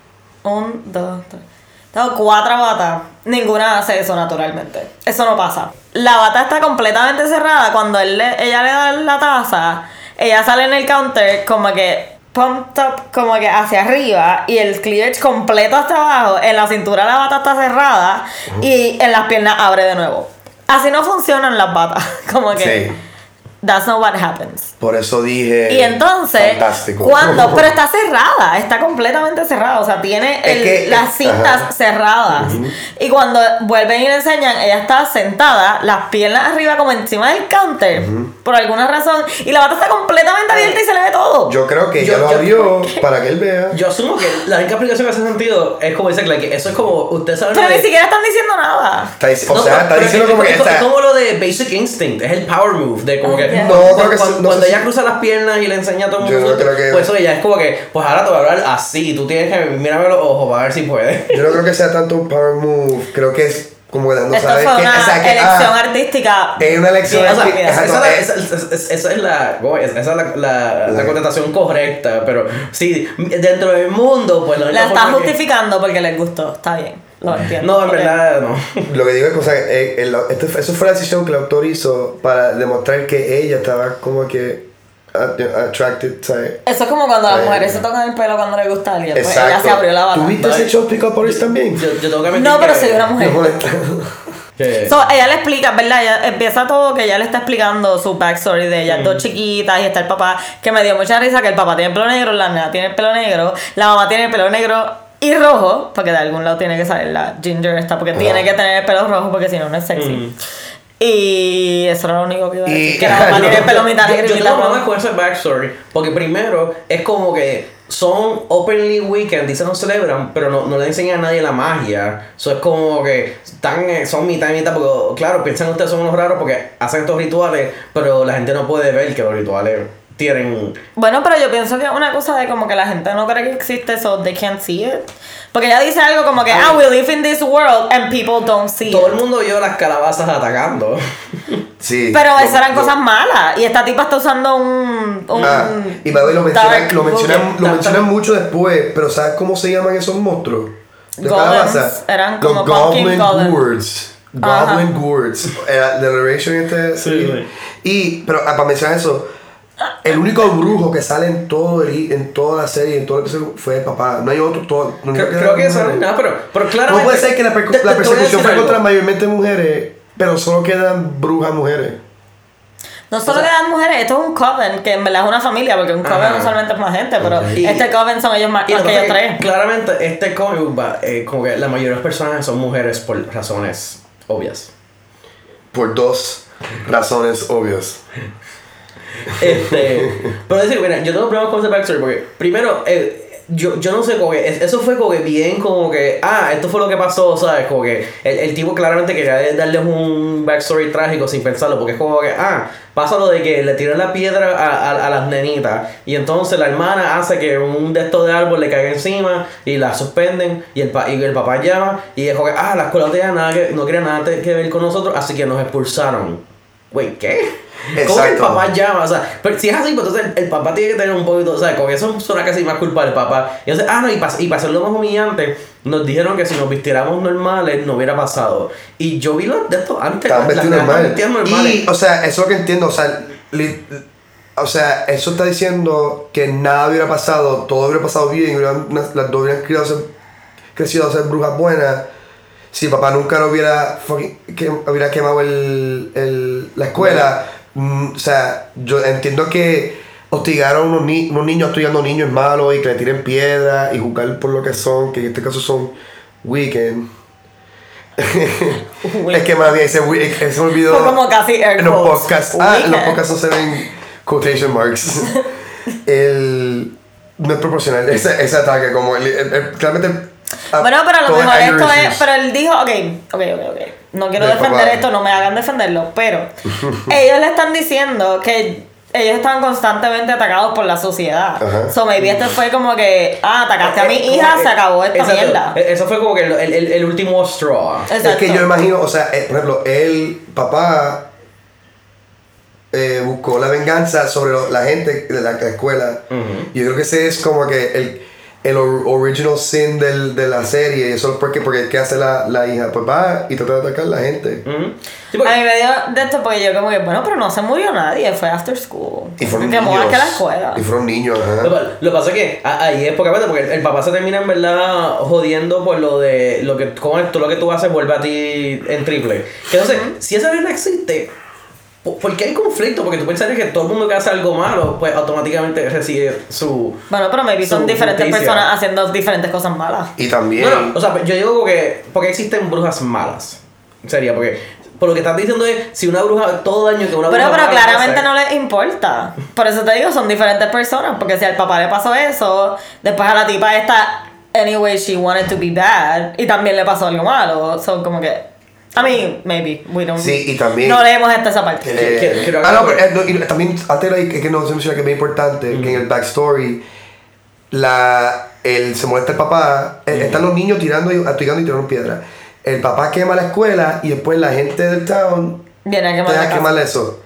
un, dos, tres, tengo cuatro batas, ninguna hace eso naturalmente. Eso no pasa. La bata está completamente cerrada. Cuando él le- ella le da la taza, ella sale en el counter como que pumped up, como que hacia arriba, y el cleavage completo hasta abajo. En la cintura la bata está cerrada y en las piernas abre de nuevo. Así no funcionan las batas. Como que
Sí.
that's not what happens.
Por eso dije.
Y entonces,
Fantástico.
cuando, pero está cerrada, está completamente cerrada, o sea, tiene
Es
el-
que-
las cintas
ajá.
cerradas. Y cuando vuelven y le enseñan, ella está sentada, las piernas arriba como encima del counter, por alguna razón, y la bata está completamente abierta y se le ve todo.
Yo creo que
Yo-
ella lo
yo-
abrió para que él vea.
Yo asumo que la única explicación que hace sentido es como dice Clay, que eso es como. Ustedes saben.
pero
lo
ni
de-
siquiera están diciendo nada.
Está dic- o
No,
sea,
pero-
está
pero
diciendo
es-
como que.
es,
o sea,
es como lo de Basic Instinct, es el power move, de como que.
Ah, ya.
No,
cuando,
creo que
cuando-
sí, no
cuando
sé
ella
si-
cruza las piernas y le enseña a todo el
Yo
mundo.
no creo que-
Pues eso ya es como que, pues ahora te voy a hablar así, tú tienes que mírame los ojos para ver si puedes.
yo no creo que sea tanto un power move. Creo que es como que dejando
Esto
saber
fue
que.
una
o sea, que,
elección
ah,
artística.
es una elección
bien
O sea,
artística.
esa,
Exacto,
esa,
eh.
esa- esa- esa es la, ¿cómo es? Esa es la, la, la
La-
contestación correcta, pero sí, dentro del mundo, pues la única
La está
forma que-
justificando porque les gustó, está bien, lo entiendo.
No, en
Ok.
verdad, no.
Lo que digo es que, o sea, eh, el- esto- eso fue la decisión que el autor hizo para demostrar que ella estaba como que a- attracted, ¿sabes?
Eso es como cuando las
Eh,
mujeres se tocan el pelo cuando les gusta a alguien. Pues
Exacto.
ella se abrió la bata.
¿Tuviste ese show Pick Up Artist también?
Yo, yo tengo que admitir
No, pero
que-
soy una mujer.
No molesta.
que-
So, ella le explica, ¿verdad? Ella empieza todo que ella le está explicando su backstory de ellas dos chiquitas y está el papá, que me dio mucha risa que el papá tiene el pelo negro, la nena tiene el pelo negro, la mamá tiene el pelo negro y rojo, porque de algún lado tiene que salir la ginger esta, porque tiene que tener el pelo rojo porque si no, no es sexy.
Mm.
Y eso era lo único que iba a decir,
Y-
que la mamá
no,
tiene el pelo mitad
Yo,
negro y
yo
mitad
tengo problemas
rojo.
con ese backstory. Porque primero es como que son openly weekend, dicen no celebran, pero no, no le enseñan a nadie la magia. Eso es como que están, eh, son mitad y mitad. Porque, claro, piensan ustedes son unos raros porque hacen estos rituales, pero la gente no puede ver que los rituales tienen.
Bueno, pero yo pienso que es una cosa de como que la gente no cree que existe, so they can't see it. Porque ella dice algo como que,
Ay.
ah, we live in this world and people don't see
Todo
it.
el mundo vio las calabazas atacando.
Sí.
Pero
lo-
esas eran
lo-
cosas malas. Y esta tipa está usando un. un
Ah, y by the way, lo mencionan,
dark
lo mencionan,
book.
lo mencionan mucho después, pero ¿sabes cómo se llaman esos monstruos? De
Golems,
calabaza.
eran
Los
como pumpkin
Goblin
golem.
Gourds.
Ajá.
Goblin Gourds. Era de Narration este.
Sí, sí.
Y, pero ah, para mencionar eso, el único brujo que sale en todo el, en toda la serie, en todo el episodio, fue el papá. No hay otro. Todo, no
Creo,
quedan
creo que eso
mujeres.
no, pero, pero claramente.
No puede ser que la, percu-
Te- te-
la
te voy a
persecución
decir
fue
algo.
contra mayormente mujeres, pero solo quedan brujas mujeres.
No solo
O sea-
quedan mujeres, esto es un coven, que en verdad es una familia, porque un coven
Ajá.
usualmente es más gente, pero
Y-
este coven son ellos más,
Y lo
más
que
que ellos
pasa es
tres.
que claramente este cómic va, eh, como que la mayoría de las personas son mujeres por razones obvias.
Por dos razones obvias.
Este, pero decir, mira, yo tengo problemas con ese backstory porque primero, eh, yo, yo no sé, como que es- eso fue como que bien, como que, ah, esto fue lo que pasó, ¿sabes? Como que el, el tipo claramente quería darles un backstory trágico sin pensarlo, porque es como que, ah, pasa lo de que le tiran la piedra a, a, a las nenitas y entonces la hermana hace que un de estos de árbol le caiga encima y la suspenden y el, pa- y el papá llama y es como que, ah, la escuela no tenía nada que, no quería nada que ver con nosotros, así que nos expulsaron. Güey, ¿qué? ¿Cómo que el
Exacto.
papá llama? O sea, pero si es así, pues entonces el, el papá tiene que tener un poquito, o sea, con eso suena casi más culpa del papá. Y entonces, ah, no, y para y pa hacerlo más humillante, nos dijeron que si nos vistiéramos normales no hubiera pasado. Y yo vi los de estos antes.
Estaban
las-
vestidos
las- las vestían normales.
Y, o sea, eso es lo que entiendo. O sea, li- o sea, eso está diciendo que nada hubiera pasado, todo hubiera pasado bien, hubieran- las dos hubieran crecido a ser, crecido a ser brujas buenas. Si papá nunca lo hubiera, fucking- que, hubiera quemado el, el, la escuela. Mm, o sea, yo entiendo que hostigar a unos, ni- unos niños hostigando a niños es malo y que le tiren piedras y juzgar por lo que son, que en este caso son weekend. Es que más bien ese we- es que se me olvidó.
Fue como casi air
En los
quotes.
podcasts. Ah, en los
Weekend.
podcasts no se ven quotation marks. el. No es proporcional. Ese, ese ataque, como. El, el- el- claramente. ah,
Bueno, pero a lo
todo
mejor
anger
esto
issues.
es. Pero él dijo, ok, ok, ok, ok. No quiero
De
defender
papá.
esto, no me hagan defenderlo. Pero ellos le están diciendo que ellos estaban constantemente atacados por la sociedad.
Ajá.
So maybe este fue como que, ah, atacaste a mi
Eh,
hija,
como-
se acabó esta
exacto.
mierda.
Eh, Eso fue como que el, el, el- el último straw.
Exacto.
Es que yo imagino, o sea, eh, por ejemplo, el papá eh, buscó la venganza sobre lo- la gente de la, la escuela.
Ujú.
Yo creo que ese es como que el, el or- original sin del, de la serie. Y eso es porque, porque ¿qué hace la, la hija? Pues va y trata de atacar a la gente.
Ujú. Sí, porque-
A mí me dio de esto porque yo como que, bueno, pero no se murió nadie, fue after school.
Y fueron
que
niños.
que la escuela.
Y fueron niños, ajá.
Lo, pa- lo que pasa es que a- ahí es poca vez porque el, el papá se termina en verdad jodiendo por lo de lo que como todo lo que tú haces vuelve a ti en triple. Que entonces, si esa regla existe, ¿por por qué hay conflicto? Porque tú pensarías que todo el mundo que hace algo malo, pues automáticamente recibe su.
Bueno, pero maybe son
su
diferentes
justicia.
personas haciendo diferentes cosas malas.
Y también.
No, no, o sea, yo digo que. ¿Por qué existen brujas malas? Sería porque. Por lo que estás diciendo es, si una bruja, todo daño que una
Pero,
bruja
pero
mala
claramente
hace-
no les importa. Por eso te digo, son diferentes personas. Porque si al papá le pasó eso, después a la tipa esta, anyway, she wanted to be bad. Y también le pasó algo malo. Son como que. I mean, maybe. We don't.
Sí, y también-
No leemos hasta esa parte.
Eh,
Quiero- quiero
ah, no,
agarrar-
pero eh, no, y también antes era que, que no se menciona que es muy importante que en el backstory la el se molesta el papá, eh, están los niños tirando y atigando y tirando piedras. El papá quema la escuela y después la gente del town
Viene a
te
quemar la
deja
casa.
quemar eso.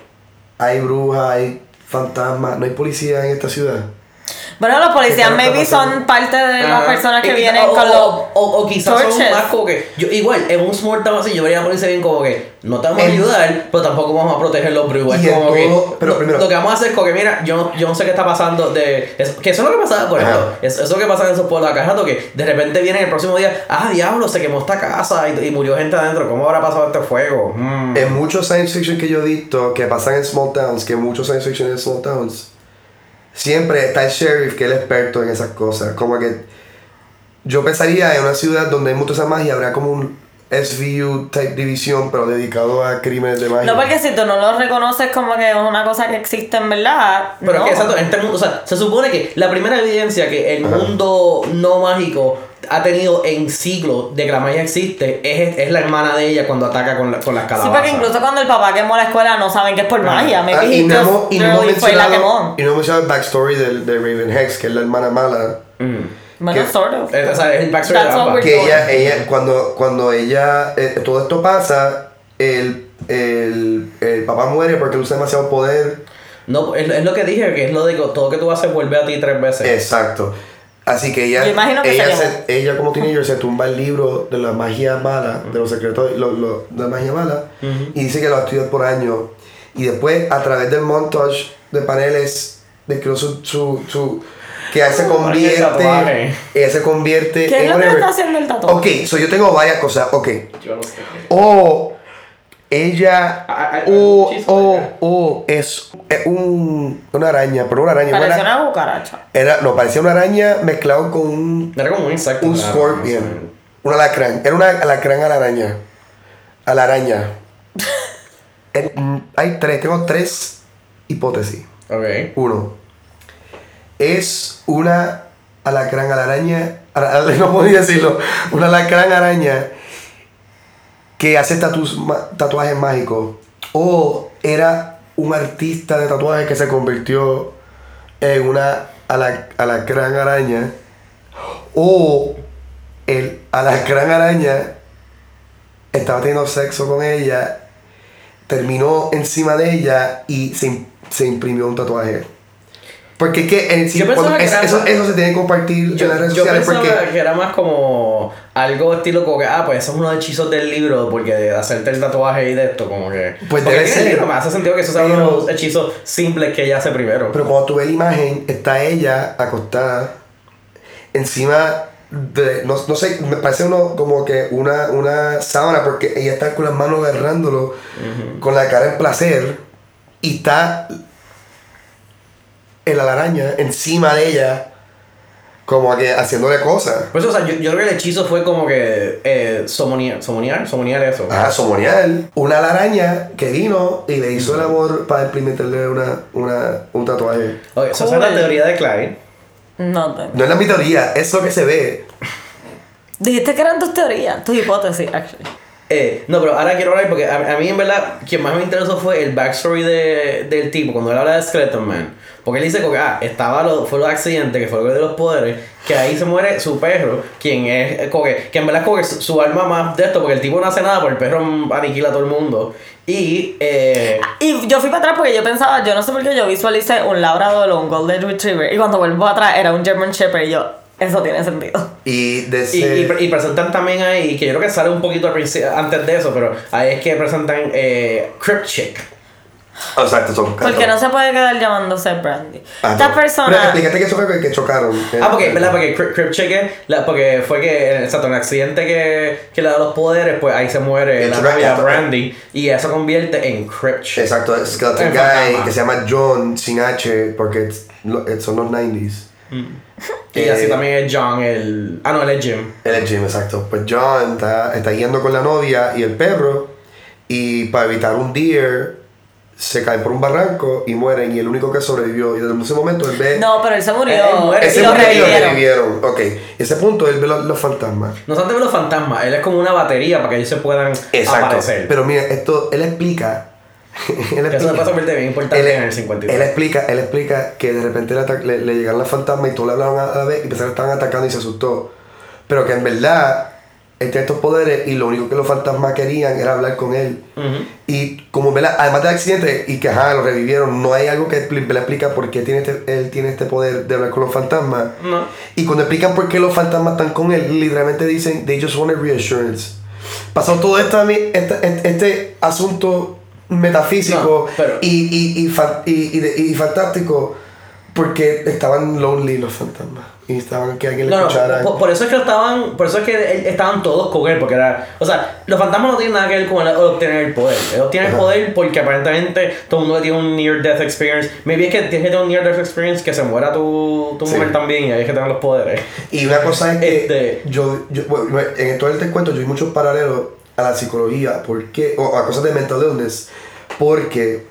Hay brujas, hay fantasmas, no hay policía en esta ciudad.
Bueno, los policías
¿Qué
maybe
está pasando?
son parte de las
Ajá.
personas que
Y-
vienen
o,
con
o-
los
o, o quizás son
torches.
más como que yo, igual en un small town así yo vería a la policía bien como que no te vamos a
En-
ayudar pero tampoco vamos a proteger los brujos.
Y
Es
en
como que
todo- pero
lo,
primero-
lo que vamos a hacer es como que mira yo, no- yo no sé qué está pasando de es- que eso es lo que pasaba por
Ajá.
ejemplo es, eso es lo que pasa en esos pueblos acá rato que de repente viene el próximo día ah diablo se quemó esta casa y, y murió gente adentro ¿cómo habrá pasado este fuego? Mm.
En muchos science fiction que yo he visto que pasan en small towns, que muchos science fiction en small towns, siempre está el sheriff que es el experto en esas cosas. Como que yo pensaría en una ciudad donde hay mucha esa magia, habrá como un S V U type división, pero dedicado a crímenes de magia.
No, porque si tú no lo reconoces como que es una cosa que existe en verdad.
Pero
no.
es que exacto, en este mundo, o sea, se supone que la primera evidencia que el
Ajá.
mundo no mágico ha tenido en siglos de que la magia existe es, es la hermana de ella cuando ataca con, la, con las
Sí,
calabazas.
porque incluso cuando el papá quemó la escuela no saben que es por magia.
Ah,
Maybe
y
he
no
just
hemos, y no hemos
literally fue y la
mencionado,
quemó.
y no hemos mencionado el backstory del- de, Raven Hex, que es la hermana mala.
Mm.
Bueno,
que-
sort of.
Eh, o sea, es el backstory
That's
de
what
ambas.
we're
Que
doing.
ella, ella cuando, cuando ella, eh, todo esto pasa, el, el, el papá muere porque usa demasiado poder.
No, es, es lo que dije, que es lo de que todo que tú haces vuelve a ti tres veces.
Exacto. Así que ella,
Yo imagino que
ella,
se
se- ella como teenager se tumba el libro de la magia mala, de los secretos lo, lo- de la magia mala,
Ujú.
y dice que lo va a estudiar por años. Y después, a través del montage de paneles, describió su, su, su que ella se
Oh, el
convierte,
tatuaje.
ella se convierte
¿Qué es
en
lo que
whatever.
está haciendo el tatuaje?
Ok, so yo tengo varias cosas, ok.
Yo no sé.
O ella,
I- I-
o,
she's
o,
like that.
o es es un, una araña, pero una araña.
Pareció
Una,
una cucaracha.
era, no, parecía una araña mezclado con un
Era como un insecto.
un
claro,
scorpion,
no sé.
un alacrán, era un alacrán a la araña, a la araña. Eh, mm, hay tres, tengo tres hipótesis.
Ok.
Uno, es una alacrán a la araña, a la- no podía decirlo, una alacrán araña que hace tatus- ma- tatuajes mágicos, o era un artista de tatuajes que se convirtió en una ala- alacrán araña, o el alacrán araña estaba teniendo sexo con ella, terminó encima de ella y se, im- se imprimió un tatuaje. Porque es que en sí,
Yo pensaba
cuando
que
es-
era
eso,
más-
eso se tiene que compartir
Yo,
en las redes
yo
sociales
pensaba
porque
que era más como algo estilo como que, ah, pues eso es uno de los hechizos del libro, porque de hacerte el tatuaje y de esto, como que...
Pues
porque
debe
en el
ser.
libro me hace sentido que eso sea uno de
Pero-
los hechizos simples que ella hace primero.
Pero cuando tú ves la imagen, está ella acostada encima de, no, no sé, me parece uno como que una, una sábana porque ella está con las manos agarrándolo, uh-huh. con la cara en placer y está en la araña encima de ella como que haciéndole cosas.
Pues o sea, yo, yo creo que el hechizo fue como que eh, somoniar, somoniar, somoniar eso.
Ah, somoniar. Una araña que vino y le hizo el amor para implementarle una, una, un tatuaje.
Okay, so esa es la teoría de Clyde.
No te...
No es la mi teoría, es lo que se ve.
Dijiste que eran tus teorías, tus hipótesis, actually.
Eh, no, pero ahora quiero hablar porque a, a mí en verdad quien más me interesó fue el backstory de, del tipo cuando él habla de Skeleton Man. Porque él dice que ah, estaba lo, fue los accidentes, que fue lo de los poderes, que ahí se muere su perro, quien es, como que, que en verdad es como que su, su alma más de esto, porque el tipo no hace nada, porque el perro aniquila a todo el mundo. Y, eh...
y yo fui para atrás porque yo pensaba, yo no sé por qué yo visualicé un Labrador o un Golden Retriever, y cuando vuelvo atrás era un German Shepherd, y yo, eso tiene sentido.
Y, de ese...
y, y, y presentan también ahí, que yo creo que sale un poquito antes de eso, pero ahí es que presentan eh, Crypt Chick.
Exacto, son
porque no se puede quedar llamándose Brandy.
Ah,
Esta
no.
persona.
Pero explícate que eso fue que, que chocaron.
Ah, porque, ¿verdad? Porque Crypt Chick es, la, porque fue que, exacto, en el accidente que, que le da los poderes, pues ahí se muere
el
la novia Brandy y eso convierte en Crypt Chick.
Exacto, Skeleton
en
Guy
fantasma.
que se llama John sin H porque it's, son los nineties.
Mm. Y
eh,
así también es John, el. Ah, no, él es Jim.
Él es Jim, exacto. Pues John está, está yendo con la novia y el perro y para evitar un deer se caen por un barranco y mueren y el único que sobrevivió y desde ese momento él ve...
No, pero él se murió.
Él- él muere.
y
ese
lo
murió y lo
revivieron.
revivieron. Ok, ese punto él ve los, los fantasmas.
No solamente ve los fantasmas, él es como una batería para que ellos se puedan
Exacto.
aparecer.
Pero mira, esto, él explica... él
Eso
explica
después se convierte bien importante
él,
en el cincuenta y
él
tres.
explica, él explica que de repente le, ata- le, le llegaron los fantasmas y todos le hablaron a la vez y pensaron que estaban atacando y se asustó. Pero que en verdad él tiene estos poderes y lo único que los fantasmas querían era hablar con él.
Uh-huh.
Y como ¿verdad? Además del accidente y que ajá, lo revivieron, no hay algo que expli- le explica por qué tiene este, él tiene este poder de hablar con los fantasmas.
No.
Y cuando explican por qué los fantasmas están con él, literalmente dicen, they just want a reassurance. Pasó todo esto, este, este, este asunto metafísico
No, pero-
y, y, y, fa- y, y, de- y fantástico porque estaban lonely los fantasmas y estaban que alguien le
No, no,
escuchara.
por, por eso es que estaban, por eso es que él- estaban todos con él, porque era, o sea, los fantasmas no tienen nada que ver con el, obtener el poder. Ellos obtienen el
Ajá.
poder porque aparentemente todo el mundo tiene un near death experience. Maybe es que tienes que tener un near death experience que se muera tu, tu
Sí.
mujer también y ahí es que te dan los poderes.
Y una cosa es que
Este-
yo, yo bueno, en todo este cuento yo vi muchos paralelos a la psicología, porque, o a cosas de mental illness, porque,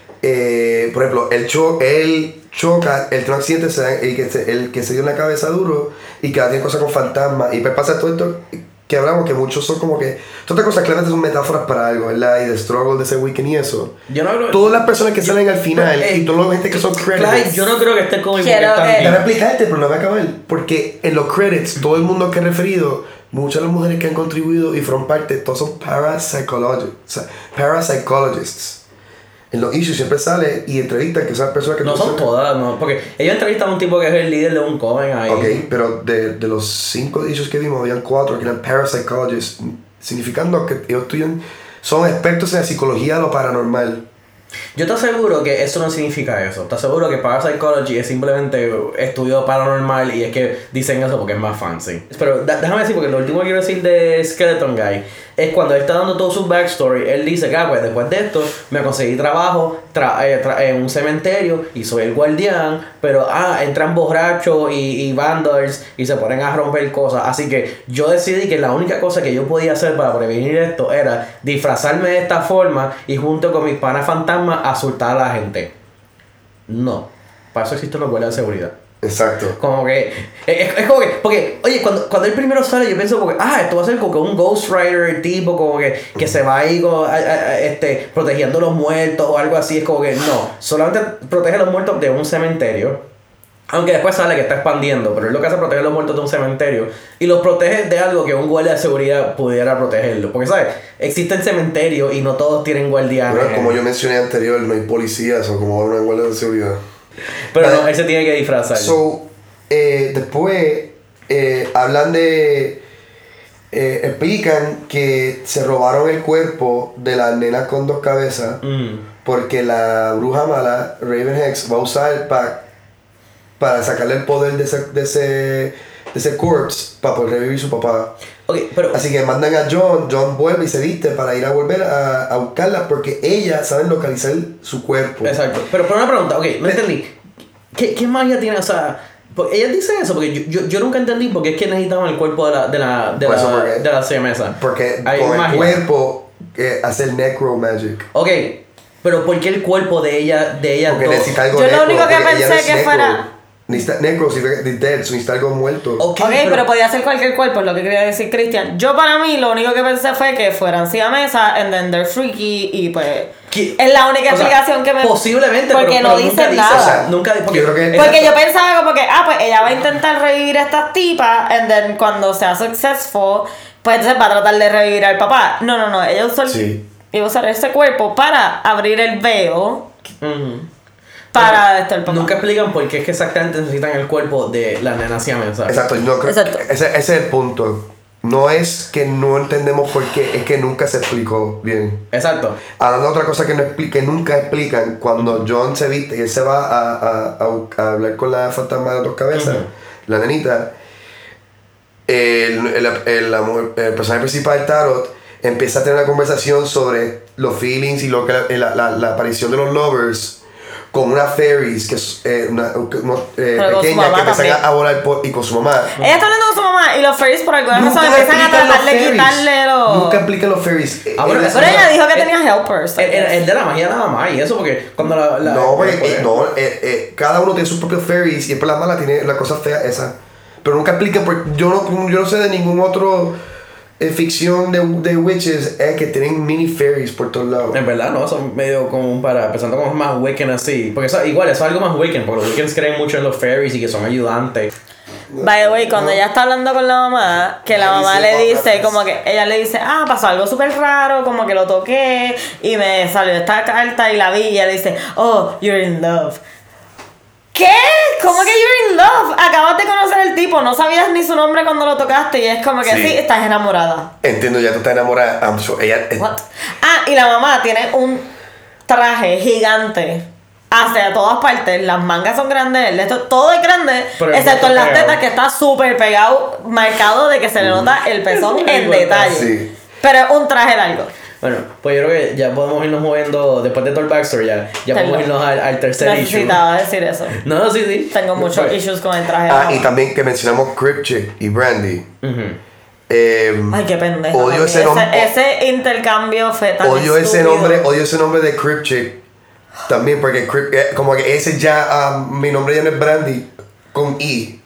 eh, por ejemplo, él, cho él choca, el tren accidente se da, el, que se, el que se dio en la cabeza duro y que tiene cosas con fantasmas, y pues pasa todo esto que hablamos, que muchos son como que, todas estas cosas claramente son metáforas para algo, ¿verdad? Y de struggle de ese weekend y eso.
Yo no creo.
Todas las personas que salen al final
Eh,
y toda la gente que son
Clyde,
credits.
yo no creo que esté con el
Quiero
porque
que-
están
Déjame
bien.
explicarte, pero no me acabo él. Porque en los credits, todo el mundo que he referido, muchas de las mujeres que han contribuido y fueron parte, todos son parapsychologists. Parapsychologists. En los issues siempre sale y entrevistan que son personas que
No
tú
son
sabes-
todas, no. Porque ellos entrevistan a un tipo que es el líder de un coven ahí.
Ok, pero de, de los cinco issues que vimos, habían cuatro que eran parapsychologists, significando que ellos estudian, son expertos en la psicología de lo paranormal.
Yo te aseguro que eso no significa eso. Te aseguro que parapsychology es simplemente estudio paranormal y es que dicen eso porque es más fancy. Pero da- déjame decir, porque lo último que quiero decir de Skeleton Guy es cuando él está dando todo su backstory, él dice que ah, pues después de esto me conseguí trabajo tra eh, tra en un cementerio y soy el guardián, pero ah, entran borrachos y, y vandals y se ponen a romper cosas. Así que yo decidí que la única cosa que yo podía hacer para prevenir esto era disfrazarme de esta forma y junto con mis panas fantasmas asustar a la gente. No, para eso existen los guardias de seguridad.
Exacto.
Como que es, es como que, porque, oye, cuando, cuando él primero sale, yo pienso como que, ah, esto va a ser como que un Ghost Rider tipo, como que, que se va ahí como, a, a, a, este, protegiendo a los muertos o algo así. Es como que no, solamente protege a los muertos de un cementerio. Aunque después sale que está expandiendo, pero él lo que hace es proteger a los muertos de un cementerio y los protege de algo que un guardia de seguridad pudiera protegerlo. Porque, ¿sabes? Existen cementerios y no todos tienen guardianes.
Bueno, como yo mencioné anterior, no hay policías o como una guardia de seguridad.
Pero
Vale.
no, él se tiene que disfrazar.
So, eh, después eh, hablan de. Eh, explican que se robaron el cuerpo de las nenas con dos cabezas
Mm.
porque la bruja mala, Raven Hex, va a usar para para sacarle el poder de ese, de ese, de ese corpse para poder revivir su papá.
Ok, pero...
Así que mandan a John, John vuelve y se viste para ir a volver a, a buscarla porque ellas saben localizar su cuerpo.
Exacto. Pero, pero una pregunta, ok, no entendí. ¿Qué, qué magia tiene? O sea, porque ellas dicen eso porque yo, yo, yo nunca entendí por qué es que necesitaban el cuerpo de la, de la, de
Por eso,
la,
porque-
de la siamesa.
Porque
Hay
con
magia.
el cuerpo eh, hacer necro magic.
Ok, pero ¿por qué el cuerpo de ella, de ellas
Porque
dos?
necesita algo
Yo lo
necro,
único que
porque ella
pensé
no es
que
necro.
fuera-
Necesita necro, si de dead, so necesita algo muerto.
Ok,
Ok, pero, podía ser cualquier cuerpo, es lo que quería decir Cristian. Yo para mí lo único que pensé fue que fueran siamesas and then they're freaky y pues
¿Qué?
es la única
O sea,
explicación que me...
posiblemente,
porque
pero-
no
pero
dicen
nunca dice,
nada.
o sea,
Nunca porque,
yo creo que-
Porque
exacto.
yo pensaba como que, ah, pues ella va a intentar revivir a estas tipas and then cuando sea successful, pues entonces va a tratar de revivir al papá. No, no, no, ella usó el,
Sí.
iba a usar ese cuerpo para abrir el veo
Ujú.
para esto el papá.
Nunca explican por qué es que exactamente necesitan el cuerpo de la nena siamesa.
Exacto, no, creo-
Exacto.
Ese, ese es el punto. No es que no entendemos por qué, es que nunca se explicó bien.
Exacto.
Hablando de otra cosa que, no expli- que nunca explican, cuando John se viste y él se va a, a, a, a hablar con la fantasma de dos cabezas,
Ujú.
la nenita, el, el, el, la mujer- el personaje principal, Tarot, empieza a tener una conversación sobre los feelings y lo que la, la, la aparición de los lovers con una fairies que es eh, una, una, eh,
Pero con su
pequeña
mamá
que empiezan
también.
a, a volar por- y con su mamá.
Ella está hablando con su mamá y los fairies por alguna razón
Nunca
empiezan a
explican
tratar
los
de
fairies.
quitarle los...
Nunca explican los fairies.
Ah, bueno,
Eh,
eso
Pero ella dijo que
Eh,
tenía helpers.
El, el- el de la magia nada más y eso porque cuando la... la
No, porque,
el poder-
eh, no, eh, eh, cada uno tiene sus propios fairies y después la mala tiene la cosa fea esa. Pero nunca explican, porque yo no, yo no sé de ningún otro eh, ficción de, de witches eh, que tienen mini fairies por todos lados.
En verdad, no, son medio como para, pensando como más Wiccan así. Porque eso, igual, eso es algo más Wiccan, porque los Wiccans creen mucho en los fairies y que son ayudantes.
By the way, cuando ella está hablando con la mamá, que la
Ella
mamá
dice,
le
"Oh,
dice,
gracias".
como que ella le dice, ah, pasó algo súper raro, como que lo toqué y me salió esta carta y la vi y ella le dice, oh, you're in love. ¿Qué? ¿Cómo que you're in love? Acabas de conocer al tipo, no sabías ni su nombre cuando lo tocaste y es como que sí,
Sí.
estás enamorada.
Entiendo, ya tú estás enamorada. I'm sure, ella, eh,
What? Ah, y la mamá tiene un traje gigante hacia todas partes. Las mangas son grandes, el de esto, todo es grande,
Pero el
excepto
pecho
en las
pegado.
tetas que está súper pegado, marcado de que se le nota el pezón
Eso me
en
di cuenta,
detalle.
sí.
Pero es un traje largo.
Bueno, pues yo creo que ya podemos irnos moviendo, después de todo el backstory ya, ya podemos
Perdón.
irnos al, al tercer issue.
Necesitaba decir eso.
No, sí, sí.
Tengo muchos
Pues,
issues con el traje. de
Ah,
la
y
mamá.
también que mencionamos Cryptchick y Brandy.
ujú.
Eh,
Ay, qué pendejo.
Odio
también.
ese nombre.
Ese intercambio fue tan
Odio ese
estúpido.
nombre, odio ese nombre de Cryptchick. También porque Crypt, eh, como que ese ya, ah, mi nombre ya no es Brandy con I.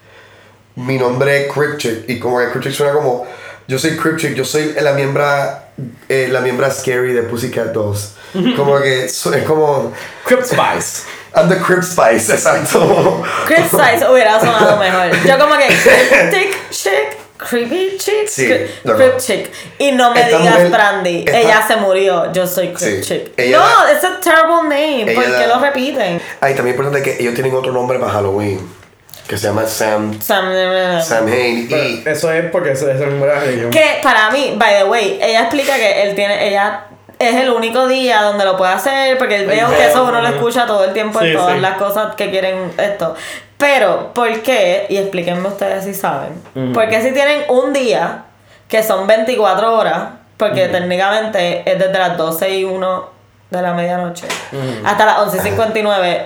Mi nombre es Cryptchick. Y como que Cryptchick suena como, yo soy Cryptchick, yo soy la miembra, eh, la miembra scary de Pussycat Dolls. Como que so- es como,
Crypt Spice.
I'm the Crypt Spice, exacto.
Crypt Size hubiera sonado mejor. Yo como que Cryptic Chick, Creepy Chick,
Sí,
Crypt
no, no.
Crypt Chick. Y no me
Esta
digas
mujer-
Brandy,
esta-
ella se murió, yo soy Crypt
Sí,
Chick.
ella
No,
da-
it's a terrible name,
ella
¿por qué
da-
lo repiten?
Ah, y también es importante que ellos tienen otro nombre para Halloween, que se llama Sam,
Sam,
Sam Hain.
Pero
Y
eso es porque eso es un gran religión.
que para mí, by the way, ella explica que él tiene, ella es el único día donde lo puede hacer, porque veo que eso uno lo escucha todo el tiempo en
Sí,
todas
sí.
las cosas que quieren esto. Pero, ¿por qué? Y explíquenme ustedes si saben.
Ujú.
Porque si tienen un día que son veinticuatro horas, porque técnicamente es desde las doce y uno de la medianoche hasta las once y cincuenta y nueve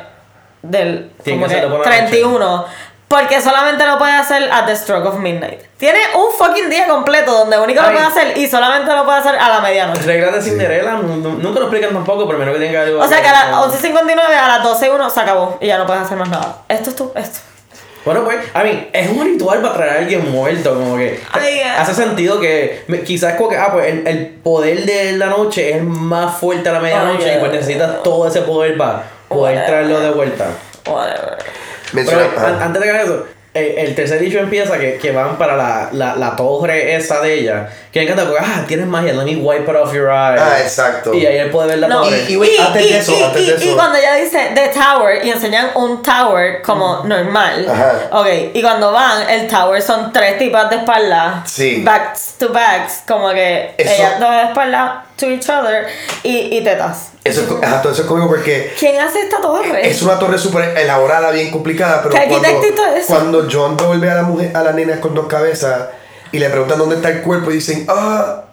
del
Tiene
como
que
que
hacerlo por la
treinta y uno. Porque solamente lo puede hacer at the stroke of midnight. Tiene un fucking día completo donde único lo
Ay.
puede hacer y solamente lo puede hacer a la medianoche.
Reglas de Cinderella, nu- nu- nunca lo explican tampoco, pero menos que tenga algo.
O sea que a las once y cincuenta y nueve, a las doce y uno se acabó y ya no puedes hacer más nada. Esto es tu, esto.
Bueno, pues, a mí, es un ritual para traer a alguien muerto, como que
Ay, eh.
hace sentido que me- quizás como que, ah, pues el, el poder de la noche es más fuerte a la medianoche
Ay,
y pues
eh.
necesitas todo ese poder para poder
Whatever.
traerlo de vuelta.
Whatever.
Pero
menciona,
an-
ah,
antes de que haga eso, el, el tercer issue empieza que, que van para la, la, la torre esa de ella. Que me encanta porque, ah, tienes magia, let me wipe it off your eyes.
Ah, exacto.
Y ahí él puede ver la
No,
torre.
Y, y, wait,
y,
antes
y,
de eso,
y,
antes
y,
de eso.
y cuando ella dice The Tower y enseñan un tower como normal.
Ajá.
Ok, y cuando van, el tower son tres tipas de espalda.
Sí.
Backs to backs. Como que
Eso-
ellas dos de espalda to each other y, y tetas.
Eso es, co- ajá, todo eso es conmigo porque
¿Quién hace esta torre?
es una torre súper elaborada, bien complicada, pero
¿Qué
cuando,
arquitectito es eso?
cuando John devuelve a la mujer, a la nena con dos cabezas y le preguntan dónde está el cuerpo y dicen, ah,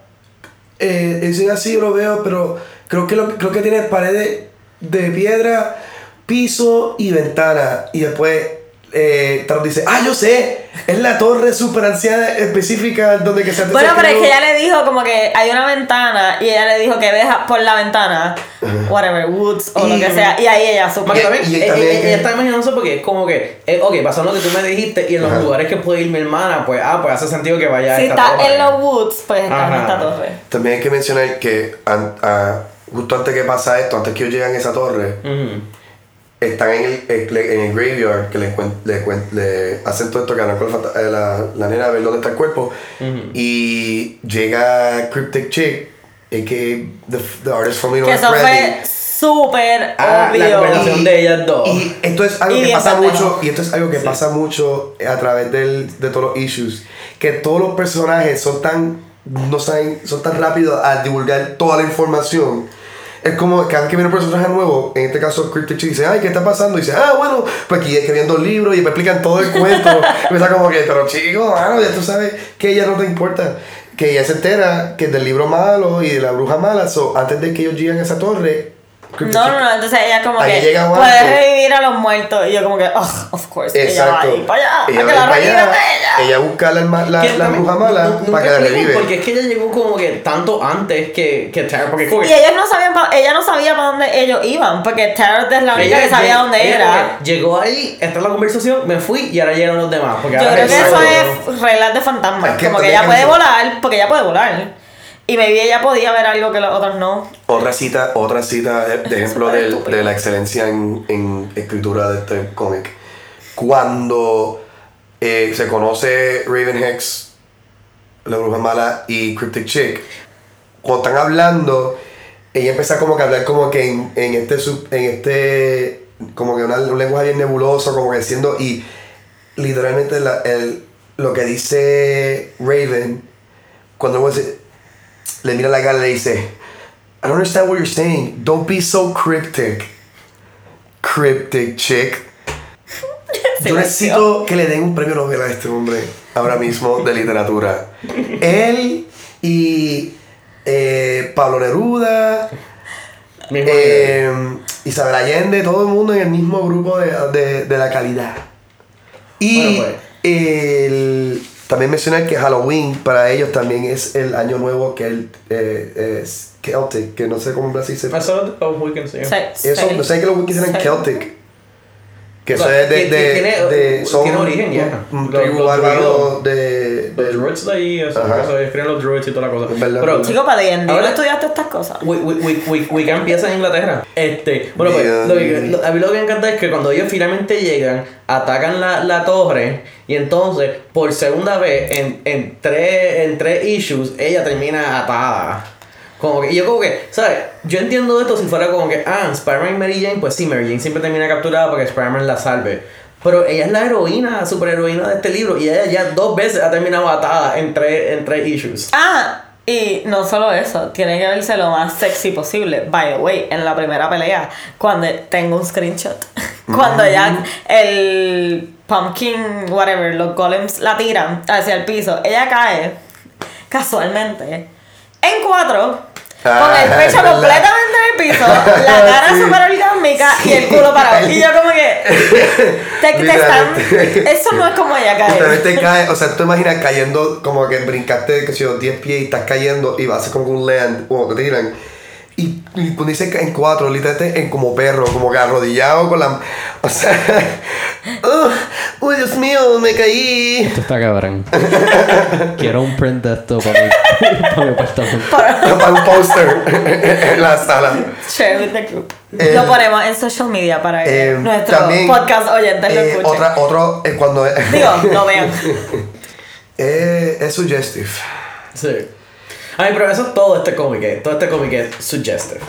eh, dicen así, yo lo veo, pero creo que, lo, creo que tiene paredes de piedra, piso y ventana. Y después eh, Thanos dice, ah, yo sé, es la torre súper anciana específica donde que se hace.
Bueno, pero es que ella le dijo como que hay una ventana y ella le dijo que deja por la ventana, whatever, woods o
Y-
lo que sea, y ahí ella supo.
Porque
Y-
también,
y
ella,
también
ella-
que-
ella está imaginándose porque es como que, eh, ok, pasó lo que tú me dijiste y en los
Ajá.
lugares que puede ir mi hermana, pues, ah, pues hace sentido que vaya a
Si
esta
está
torre.
en los woods, pues está en
Ajá.
esta torre.
También hay que mencionar que an- a- justo antes que pasa esto, antes que ellos llegan a esa torre,
Ujú.
están en el, el- en el graveyard que le, cuen- le, cuen- le hacen todo esto que hablan con la, fanta- eh, la, la nena a ver dónde está el cuerpo.
Ujú.
Y llega Cryptic Chick, a k a the, the artist from
Que
North
eso
Brandy.
fue súper
Ah, la
obvio.
conversación de ellas dos.
Y esto es algo
Y
que
bien
pasa
pendejo.
mucho, y esto es algo que pasa mucho a través del, de todos los issues, que todos los personajes son tan, no saben, son tan rápidos a divulgar toda la información. Es como cada vez que viene un personaje nuevo, en este caso Cryptic Chick dice, ay, ¿qué está pasando? Y dice, ah, bueno, pues aquí escribiendo libros y me explican todo el cuento. Y me está como que, pero chico, mano, ya tú sabes que ella no te importa. Que ella se entera que es del libro malo y de la bruja mala, so, antes de que ellos lleguen a esa torre, Cryptic
No,
Chick-
no, no, entonces ella como
Ahí
que
llega Juan,
puede
que-
revivir a los muertos y yo como que, oh, of course,
Exacto.
ella va a ir para allá,
Ella
a que
va
la
a ir para
revivan
allá.
a ella.
Ella busca la, la, la,
Que
la
también
bruja mala
nu- nunca
para que la
explican
revive.
Porque es que ella llegó como que tanto antes que, que Tara. Porque es como que
Y ellos no sabían, pa- ella no sabía para dónde ellos iban, porque Tarot es la única
ella
que sabía
llegó-
dónde
ella
era.
como que llegó ahí, está en la conversación, me fui y ahora llegaron los demás. Porque
Yo
ahora
creo que eso
Exacto.
es reglas de fantasma.
Es que
Como que
también
ella
que
puede
eso-
volar, porque ella puede volar. Y maybe ella podía ver algo que los otros no.
Otra cita, otra cita de, de ejemplo
Súper
de,
estúpido.
de la excelencia en, en escritura de este cómic. Cuando eh, se conoce Raven Hex, la bruja mala, y Cryptic Chick, cuando están hablando, ella empieza como que a hablar como que en, en este sub- en este como que una, un lenguaje bien nebuloso, como que diciendo, y literalmente la- el, lo que dice Raven, cuando luego se- le mira la cara y le dice, I don't understand what you're saying. Don't be so cryptic. Cryptic Chick. Yo necesito que le den un premio Nobel a este hombre ahora mismo de literatura. Él y eh, Pablo Neruda,
Mismo
eh, Isabel Allende, todo el mundo en el mismo grupo de, de, de la calidad. Y
Bueno, pues.
el, también mencionar que Halloween para ellos también es el año nuevo que el, eh, es Celtic, que no sé cómo en Brasil se
That's all the weekends, yeah.
Se-
eso,
se-
no sé que los wikis eran
se-
Celtic. Que eso
Claro,
es de,
que-
de,
que tiene-
de son
tiene origen, ya.
un, un
Los-
tribu
los
bárbaro
druidos.
de,
Los
de
druids de ahí, eso,
Ajá.
eso, escriben los druids y toda la cosa.
Es verdad.
Pero,
Chico, para D and D, ¿no
Ahora-
estudiaste estas cosas?
Wi- Wi- Wi- Wi- Wicca empieza en Inglaterra. Este, bueno, pues,
Bien.
lo que- lo- a mí lo que me encanta es que cuando ellos finalmente llegan, atacan la, la torre y entonces, por segunda vez, en, en, tres, en tres issues, ella termina atada. Como que, y yo como que, ¿sabes? Yo entiendo esto si fuera como que, ah, Spider-Man y Mary Jane, pues sí, Mary Jane siempre termina capturada para que Spider-Man la salve. Pero ella es la heroína, superheroína de este libro y ella ya dos veces ha terminado atada en tres, en tres issues.
Ah, y no solo eso, tiene que verse lo más sexy posible. By the way, en la primera pelea, cuando tengo un screenshot, cuando ya el pumpkin, whatever, los golems la tiran hacia el piso, ella cae casualmente en cuatro. Con el
Ah,
pecho
es verdad.
completamente en el piso, la cara
Sí.
súper orgásmica y el culo parado. Y yo como que te, te están,
Literalmente.
eso no es como ella cae.
Literalmente cae, o sea, tú te imaginas cayendo como que brincaste, que sé yo, diez pies y estás cayendo y vas a hacer como un land, o te tiran. Y, y cuando dice en cuatro, literalmente en como perro, como que arrodillado con la. O sea. uh, ¡Uy, Dios mío, me caí!
Esto está cabrón. Quiero un print de esto para mi, para mi apartamento.
Para un póster en la sala.
Share with the group.
Eh,
lo ponemos en social media para que
eh,
nuestro
también,
podcast oyentes lo
eh,
escuchen.
otra, otro, eh, cuando...
Digo, lo vean.
eh, es suggestive.
Sí. Ay, pero eso es todo este cómic. eh. Todo este cómic es suggestive.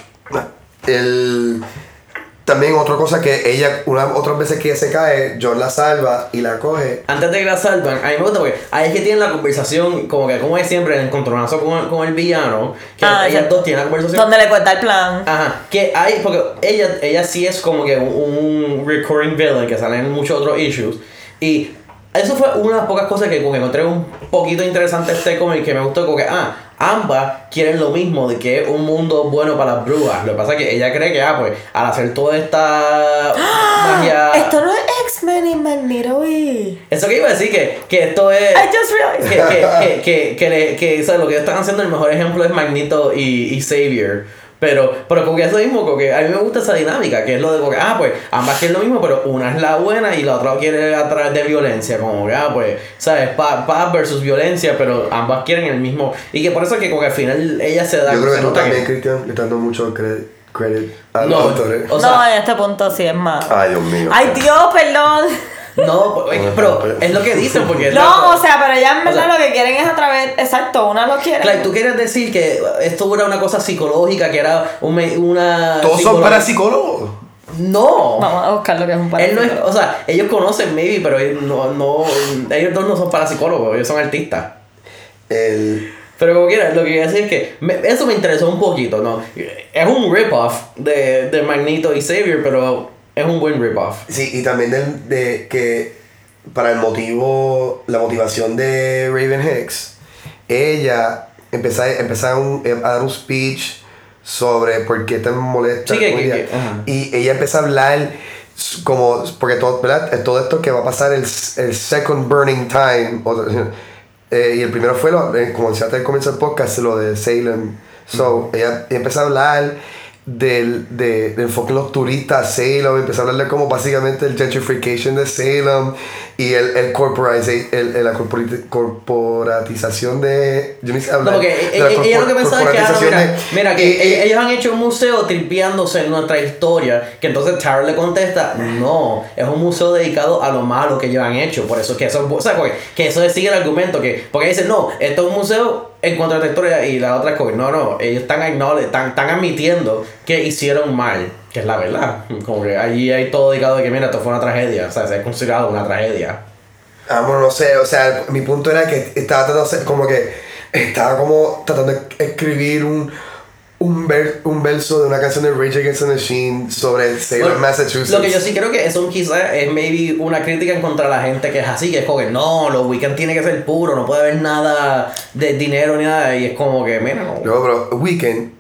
El... También otra cosa que ella, una, otras veces que ella se cae, John la salva y la coge.
Antes de que la salvan, a mí me gusta porque ahí es que tienen la conversación, como que como es siempre, el encontronazo con, con el villano, que
Ah,
ellas
ya.
dos tienen la conversación.
Donde le cuenta el plan.
Ajá, que hay, porque ella, ella sí es como que un, un recurring villain que sale en muchos otros issues. Y eso fue una de las pocas cosas que como que encontré un poquito interesante este cómic, que me gustó, como que, ah, ambas quieren lo mismo, de que es un mundo bueno para las brujas. Lo que pasa es que ella cree que, ah, pues, al hacer toda esta magia...
Esto no es X-Men y Magneto y...
Eso que iba a decir, que, que esto es...
I just realized.
Que, que, que, que, que, le- que, ¿sabes? Lo que están haciendo, el mejor ejemplo es Magneto y, y Xavier. Pero, pero como que es lo mismo, como que a mí me gusta esa dinámica, que es lo de como que, ah, pues, ambas quieren lo mismo, pero una es la buena y la otra quiere a través de violencia, como que, ah, pues, ¿sabes? Paz pa versus violencia, pero ambas quieren el mismo. Y que por eso es que como que al final ella se da...
Yo creo
se
que tú
nota
también, Cristian, le estás dando mucho credit, credit a los
No,
autores.
o sea-
no, en este punto sí es más.
Ay, Dios mío.
Ay, Dios, perdón.
No, pero es lo que dicen, porque... es
No,
la-
o sea, pero ya en verdad
o sea-
lo que quieren es a través. Exacto, una lo quiere.
Claro, tú quieres decir que esto era una cosa psicológica, que era un me- una...
¿Todos son
psicolo-
parapsicólogos?
No.
Vamos a buscar lo que es un
Él no es,
parapsicólogo.
o sea, ellos conocen maybe, pero ellos no, no, ellos dos no son parapsicólogos, ellos son artistas.
El...
Pero como quiera, lo que quería decir es que me- eso me interesó un poquito, ¿no? Es un rip-off de, de Magneto y Xavier, pero es un buen rip-off.
Sí, y también del- de que para el motivo, la motivación de Raven Hicks, ella empezó, a- empezó a, un- a dar un speech sobre por qué te molesta.
Sí, que-
con
que-
ella.
que- ajá.
Y ella empezó a hablar como, porque todo, ¿verdad? Todo esto que va a pasar el, el second burning time, o- eh, y el primero fue, lo, eh, como decía al comienzo del podcast, lo de Salem. So, ella, ella empezó a hablar del, de, del enfoque en los turistas a Salem, empezó a hablar de como básicamente el gentrification de Salem y el, el, corporatiza- el, el la corporati- corporatización de... Yo ni sé hablar
No, porque
de
ella,
la
ella lo que
corpor-
pensaba es que, ah, no,
corporatización
mira,
de-
mira, que
y- y-
e- ellos han hecho un museo tripeándose en nuestra historia, que entonces Tara le contesta, no, es un museo dedicado a lo malo que ellos han hecho, por eso que eso, o sea, porque, que eso sigue el argumento, que, porque dicen, no, esto es un museo en contra de la historia y la otra es como, no, no, ellos están, acknowledge- están, están admitiendo que hicieron mal, que es la verdad, como que allí hay todo dedicado de que, mira, esto fue una tragedia, o sea, se ha considerado una tragedia.
Ah, bueno, no sé, o sea, mi punto era que estaba tratando de hacer como que estaba como tratando de escribir un un, ver, un verso de una canción de Rage Against the Machine sobre Salem,
Bueno,
Massachusetts.
Lo que yo sí creo que eso quizás es maybe una crítica en contra de la gente que es así, que es como que no, los weekends tiene que ser puro, no puede haber nada de dinero ni nada, y es como que, mira, no.
Luego, pero Weekend,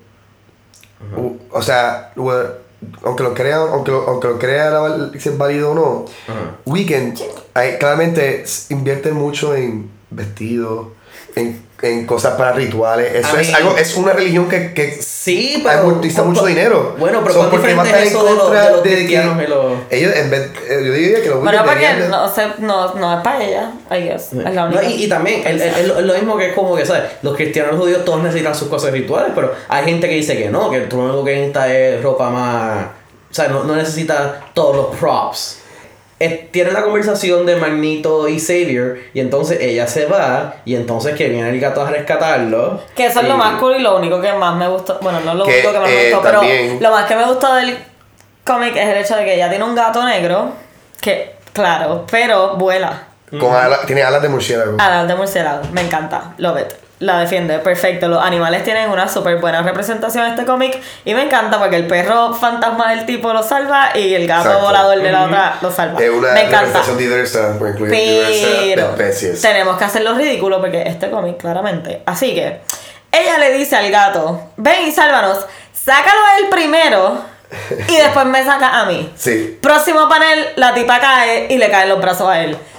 uh, o sea, well, aunque lo crean, aunque lo, aunque lo crea la- si es válido o no,
Ajá.
Weekend hay, claramente s- invierte mucho en vestidos, en, en cosas para rituales. Eso
A
es
mí-
algo, es una religión que, que
Sí, pero...
amortiza mucho
cu-
dinero.
Bueno, pero
So,
¿cuán
¿por qué va a
diferente es
estar
eso
en
de los,
contra
de los
de que
cristianos y los...
ellos, en vez, eh, yo diría que los
Bueno,
Weekend
porque
deberían de-
no, sé, no, no es para ella, I guess. Es la
No,
única.
y, y también, el- el- el- lo mismo que es como que, ¿sabes? Los cristianos y los judíos todos necesitan sus cosas rituales, pero hay gente que dice que no, que tú lo único que necesitas es ropa más... O sea, no, no necesitas todos los props. Eh, tienen la conversación de Magneto y Xavier, y entonces ella se va, y entonces que viene el gato a rescatarlo.
Que eso es
y-
lo más cool y lo único que más me gustó. Bueno, no es lo
Que,
único que más me
eh,
gustó,
también-
pero lo más que me gustó del cómic es el hecho de que ella tiene un gato negro, que, claro, pero vuela.
con alas- tiene alas de murciélago.
Alas de murciélago, me encanta, love it. La defiende, perfecto. Los animales tienen una súper buena representación en este cómic y me encanta porque el perro fantasma del tipo lo salva y el gato
Exacto.
volador de la otra lo salva.
Es una
me encanta.
representación diversa, por incluir diversa
Pero
especies.
tenemos que hacerlo ridículo porque este cómic, claramente. Así que ella le dice al gato: ven y sálvanos, sácalo a él primero y después me saca a mí.
Sí.
Próximo panel, la tipa cae y le caen los brazos a él.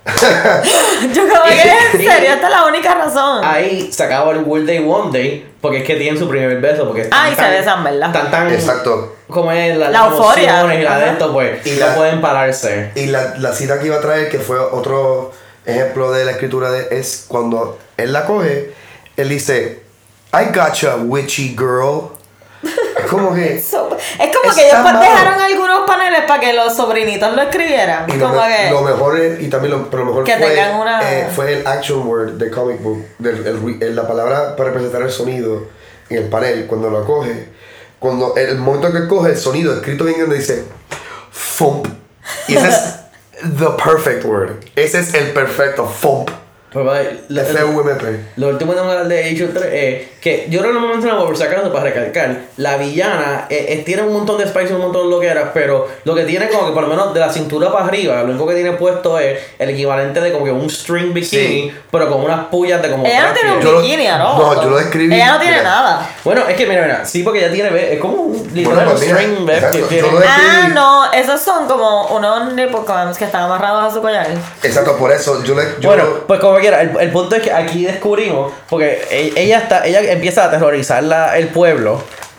Yo creo que en serio, esta es la única razón.
Ahí se acaba el World Day One Day porque es que tienen su primer beso. Porque
Ah, y se besan, ¿verdad?
Tan, tan,
Exacto.
Como es la,
La
las
euforia.
emociones y la de
Ajá.
esto, pues.
Y
Y
la-
no pueden pararse.
Y la, la cita que iba a traer, que fue otro ejemplo de la escritura, de, es cuando él la coge, él dice, I gotcha, witchy girl. Es como que...
So- es como
Es
que ellos
tan
pues
malo.
dejaron algunos paneles para que los sobrinitos lo escribieran.
Y lo,
Como
me-
que.
lo mejor es, y también lo, pero lo mejor
Que
fue,
tengan una-
eh, fue el action word del comic book, del, el- el- la palabra para representar el sonido en el panel, cuando lo coge, cuando el momento que coge el sonido escrito bien grande dice thump, y ese es the perfect word, ese es el perfecto thump,
Pero, vaya, la-
F U M P.
Lo último que tengo que hablar de Age of tres es que yo creo que no me mencionaba por si acaso para recalcar. La villana eh, eh, tiene un montón de spice y un montón de lo que era, pero lo que tiene como que por lo menos de la cintura para arriba, lo único que tiene puesto es el equivalente de como que un string bikini,
Sí.
pero con unas pullas de como.
Ella no
tres
tiene un
pies.
Yo lo-
bikini, ¿no?
no, yo lo describí,
Ella no tiene
mira.
nada.
Bueno, es que mira, mira, sí, porque ya tiene, ve, es como un literal
Bueno, pues mira,
string, ve,
exacto,
que
yo
tiene-
lo de-
Ah,
describí.
no, esos son como unos nipple que están amarrados a su collar.
Exacto, por eso yo le... Yo
Bueno,
lo-
pues como quiera, el, el punto es que aquí descubrimos, porque e- ella está, ella empieza a aterrorizar la, el pueblo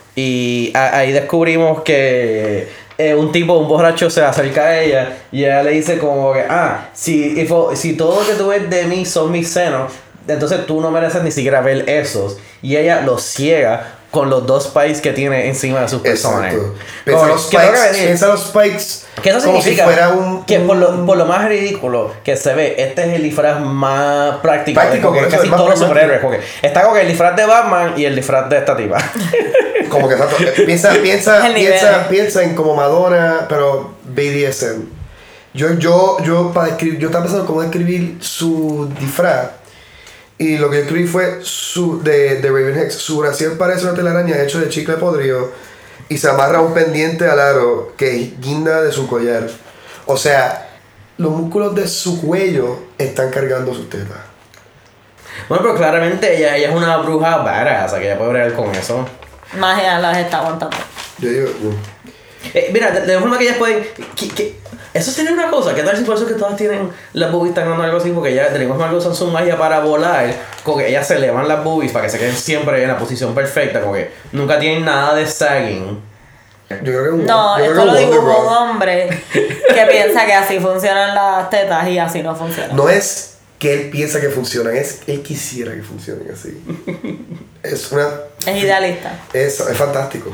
y a- ahí descubrimos que eh, un tipo, un borracho se acerca a ella y ella le dice como que, ah, si, if- si todo lo que tú ves de mí son mis senos, entonces tú no mereces ni siquiera ver esos. Y ella los ciega con los dos spikes que tiene encima de sus personas.
Exacto.
Como
Piensa
que-
los
que tengo que
spikes,
venir.
piensa los spikes
Que eso
como
significa
si fuera un...
que por lo,
un-
por lo más ridículo que se ve, este es el disfraz más práctico,
Práctico,
de
por eso
casi
es más
todos los
pragmático.
superhéroes. Porque está con el disfraz de Batman y el disfraz de esta tipa.
Como que exacto. eh, Piensa, piensa,
El nivel.
piensa, piensa en como Madonna, pero B D S M. Yo, yo, yo, para escribir, yo estaba pensando cómo escribir su disfraz. Y lo que yo escribí fue su, de, de Raven Hex. Su brasier parece una telaraña hecho de chicle podrido y se amarra un pendiente al aro que guinda de su collar. O sea, los músculos de su cuello están cargando sus tetas.
Bueno, pero claramente ella, ella es una bruja badass, o sea que ella puede bregar con eso.
Magia las está aguantando.
Yo digo, no.
Eh, mira, de, de forma que ellas pueden. Que, que- eso sería una cosa. ¿Qué tal si por eso que todas tienen las boobies tan grandes o algo así? Porque ya tenemos algo usan su magia para volar. Como que ellas se elevan las boobies para que se queden siempre en la posición perfecta. Como que nunca tienen nada de sagging.
Yo creo que es un
No,
yo creo
esto
que
lo
es un
dibujó un
Wonder Bra.
hombre que piensa que así funcionan las tetas y así no funcionan.
No es que él piensa que funcionan, es que él quisiera que funcionen así. Es una.
Es idealista.
Es, es fantástico.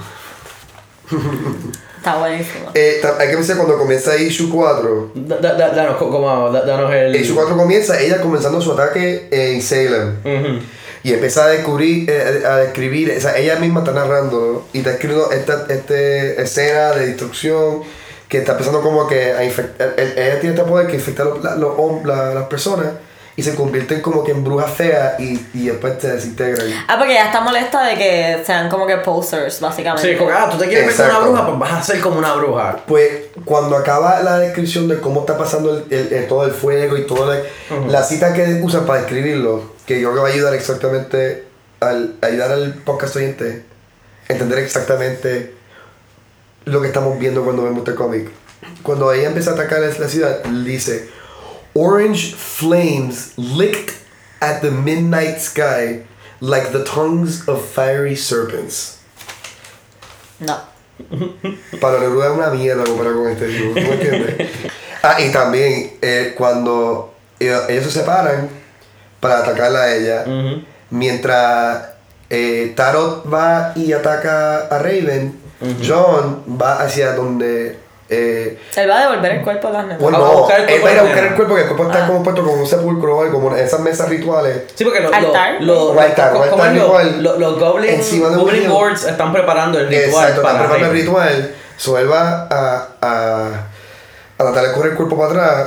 Está buenísimo.
Eh, ta- hay que pensar cuando comienza Issue cuatro.
Da- da- da- Danos, co- como, da- danos el.
Issue cuatro comienza ella comenzando su ataque en Salem.
Ujú.
Y empieza a descubrir, eh, a describir, o sea, ella misma está narrando y está escribiendo esta este escena de destrucción que está empezando como que a infectar. Ella tiene este poder que infecta a los- la- los hom- la- las personas y se convierten como que en brujas feas y, y después se desintegran.
Ah, porque ella está molesta de que sean como que posers, básicamente.
Sí, como que, ah, tú te quieres ver como una
Exacto.
bruja, pues vas a ser como una bruja.
Pues cuando acaba la descripción de cómo está pasando el, el- el- todo el fuego y toda la, la cita que usan para describirlo, que yo creo que va a ayudar exactamente al a ayudar al podcast oyente a entender exactamente lo que estamos viendo cuando vemos este cómic. Cuando ella empieza a atacar la, la ciudad, dice: Orange flames licked at the midnight sky like the tongues of fiery serpents.
No.
Para la Neruda es una mierda comparado con este libro, ¿tú me entiendes? Ah, y también eh, cuando ellos, ellos se separan para atacarla a ella,
Ujú.
mientras eh, Tarot va y ataca a Raven, John va hacia donde... Eh,
Él va a devolver el cuerpo a las nenas.
bueno,
a
no,
buscar el
él
cuerpo
va a ir a
de la
buscar el
nena.
cuerpo, que el cuerpo está
Ah.
como puesto como un sepulcro o algo, como esas mesas rituales.
Sí, porque lo-
Altar.
lo- lo-
Un altar, un
como
altar
es lo-
igual,
lo- los goblin,
encima de un
goblin
río.
boards están preparando el ritual
Exacto,
para
está preparando el
Raven.
ritual. So él va a, a, a tratar de correr el cuerpo para atrás.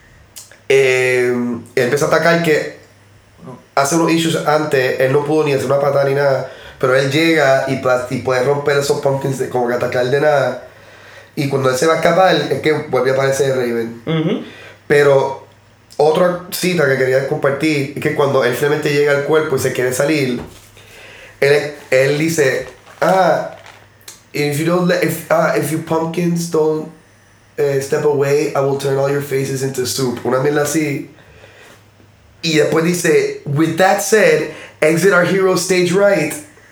Eh, él empieza a atacar que hace unos issues antes, él no pudo ni hacer una patada ni nada. Pero él llega y, pla- y puede romper esos pumpkins de- como que atacar de nada. Y cuando él se va a escapar, es que vuelve a aparecer Raven.
Ujú.
Pero otra cita que quería compartir es que cuando él finalmente llega al cuerpo y se quiere salir, él, él dice, ah, if you don't let, if, ah, if your pumpkins don't eh, step away, I will turn all your faces into soup. Una mierda así. Y después dice, with that said, exit our hero stage right.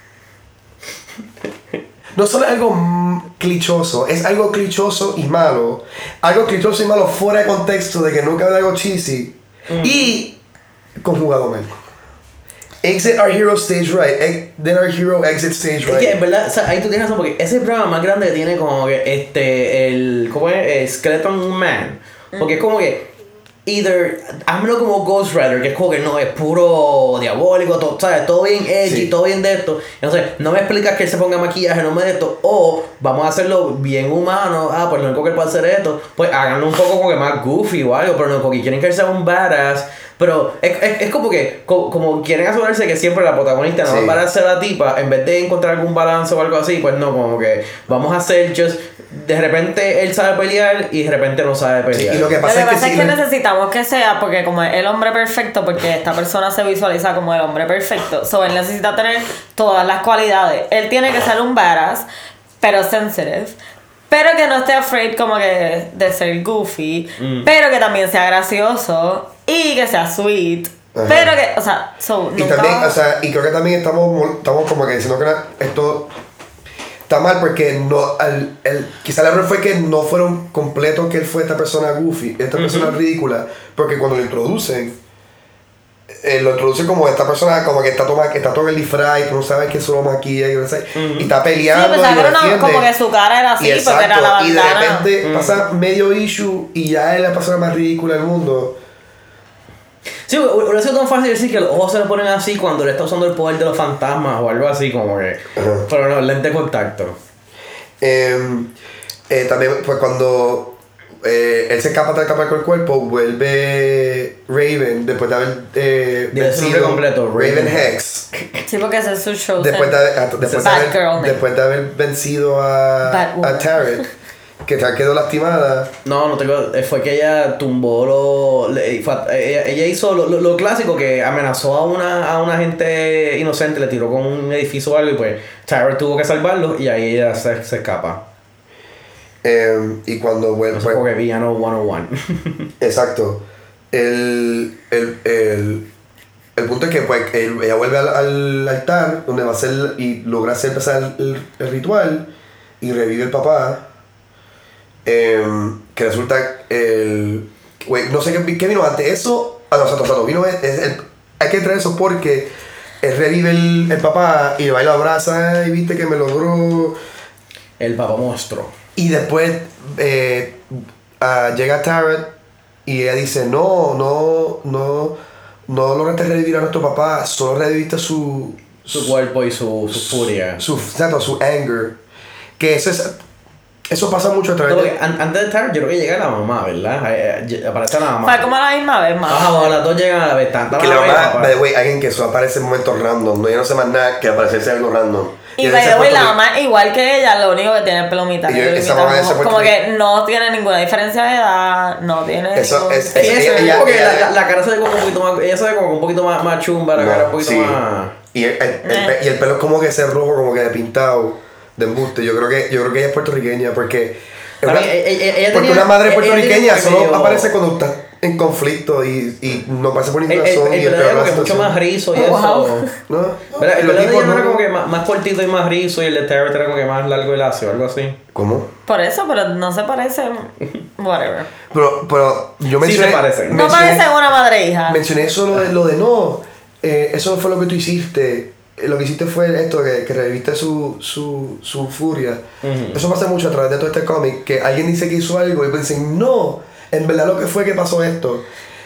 No solo es algo mm, clichoso, es algo clichoso y malo. Algo clichoso y malo fuera de contexto de que nunca hay algo cheesy. Mm. Y conjugado mal. Exit our hero stage right. Ex- then our hero exit stage right.
Es que en verdad, o sea, ahí tú tienes razón porque ese programa más grande que tiene como que este, el, ¿cómo es? El Skeleton Man. Porque es como que, either, házmelo como Ghost Rider, que es como que no, es puro diabólico, todo, ¿sabes? Todo bien edgy, sí. Todo bien de esto. Entonces, no me explicas que él se ponga maquillaje, no me de esto. O vamos a hacerlo bien humano. Ah, pues lo único que él puede hacer es esto. Pues háganlo un poco como que más goofy o algo, pero no, porque quieren que él sea un badass. Pero es, es, es como que, como, como quieren asegurarse que siempre la protagonista no sí. va a ser la tipa, en vez de encontrar algún balance o algo así, pues no, como que vamos a hacer just. De repente él sabe pelear y de repente no sabe pelear.
Sí, y lo que pasa,
lo que
es,
pasa
que
es que necesitamos que sea, porque como es el hombre perfecto, porque esta persona se visualiza como el hombre perfecto, so él necesita tener todas las cualidades. Él tiene que ser un badass, pero sensitive, pero que no esté afraid como que de ser goofy, mm. pero que también sea gracioso y que sea sweet. Ajá. Pero que, o sea, so,
y también, o sea, y creo que también estamos, estamos como que diciendo que esto está mal porque no, el, el, quizá el error fue que no fueron completos que él fue esta persona goofy, esta uh-huh. persona ridícula, porque cuando lo introducen, eh, lo introducen como esta persona como que está todo, está todo el disfraz, tú no sabes que solo maquilla y, uh-huh. y está peleando
sí, pues,
y lo defiende.
Como que su cara era así,
exacto,
porque era la bandana.
Y de repente
uh-huh.
pasa medio issue y ya es la persona más ridícula del mundo.
Sí, hubiera sido tan fácil decir que los ojos se le ponen así cuando le está usando el poder de los fantasmas o algo así, como que. Uh-huh. Pero no, lente de contacto.
Eh, eh, también, pues cuando eh, él se escapa de escapar con el cuerpo, vuelve Raven después de haber eh, vencido.
Completo, Raven,
Raven Hex.
Sí, porque ese es su show.
Después de, después de, haber, después de haber vencido a, a Tarrant. Que te quedó lastimada.
No, no tengo. Fue que ella tumbó lo. Le, fue, ella, ella hizo lo, lo, lo clásico que amenazó a una, a una gente inocente, le tiró con un edificio o algo y pues Tyra tuvo que salvarlo y ahí ella se, se escapa.
Eh, y cuando vuelve.
Pues, porque villano ciento uno.
Exacto. El. El. El. El punto es que pues, el, ella vuelve al, al altar donde va a hacer y logra hacer empezar el, el, el ritual y revive el papá. Eh, que resulta el wey, no sé qué, qué vino antes eso ah no, Sato, Sato, vino es, es el, hay que traer eso porque él revive el, el papá y va y lo abraza y viste que me logró
el papá monstruo
y después eh, uh, llega Tarrant y ella dice no no no no lograste revivir a nuestro papá, solo reviviste su
su, su cuerpo y su, su furia
su, su, su anger, que eso es. Eso pasa mucho a través
no,
de...
Antes de estar, yo creo que llega la mamá, ¿verdad? Aparece la mamá.
Fue como a la misma vez, mamá.
Ajá, bueno, las dos llegan a la vez. Tanta
que la mamá, by the way, alguien que eso aparece en momentos random. No, yo no sé más nada que aparecerse algo random.
Y, y by the way, la mamá, igual que ella, lo único que tiene el pelo mitad. Yo, esa mamá como, como que no tiene ninguna diferencia de edad, no tiene...
Eso es...
Sí, eso es ella, porque ella, la, la cara se ve como un poquito más... Ella se ve como un poquito más, más chumba, la no, cara un poquito sí. más...
Y el, el, el, eh. y el pelo es como que ese rojo, como que de pintado, de embuste. Yo creo que, yo creo que ella es puertorriqueña, porque... Una, mí, ella, ella porque tenía, una madre puertorriqueña solo medio... aparece cuando está en conflicto y, y no pasa por ninguna razón.
El, el, el, el pelo es mucho más rizo y oh, eso. Wow. ¿No? ¿No? El pelo de ella no era como que más, más cortito y más rizo y el de Tarrant era como que más largo y lacio, algo así.
¿Cómo?
Por eso, pero no se parecen. Whatever.
Pero, pero yo mencioné...
Sí se parecen.
No parecen una madre e hija.
Mencioné eso lo de, lo de no. Eh, eso no fue lo que tú hiciste. Lo que hiciste fue esto, que, que reviviste su, su, su furia. Uh-huh. Eso pasa mucho a través de todo este cómic, que alguien dice que hizo algo y pues dicen, no, en verdad lo que fue que pasó esto.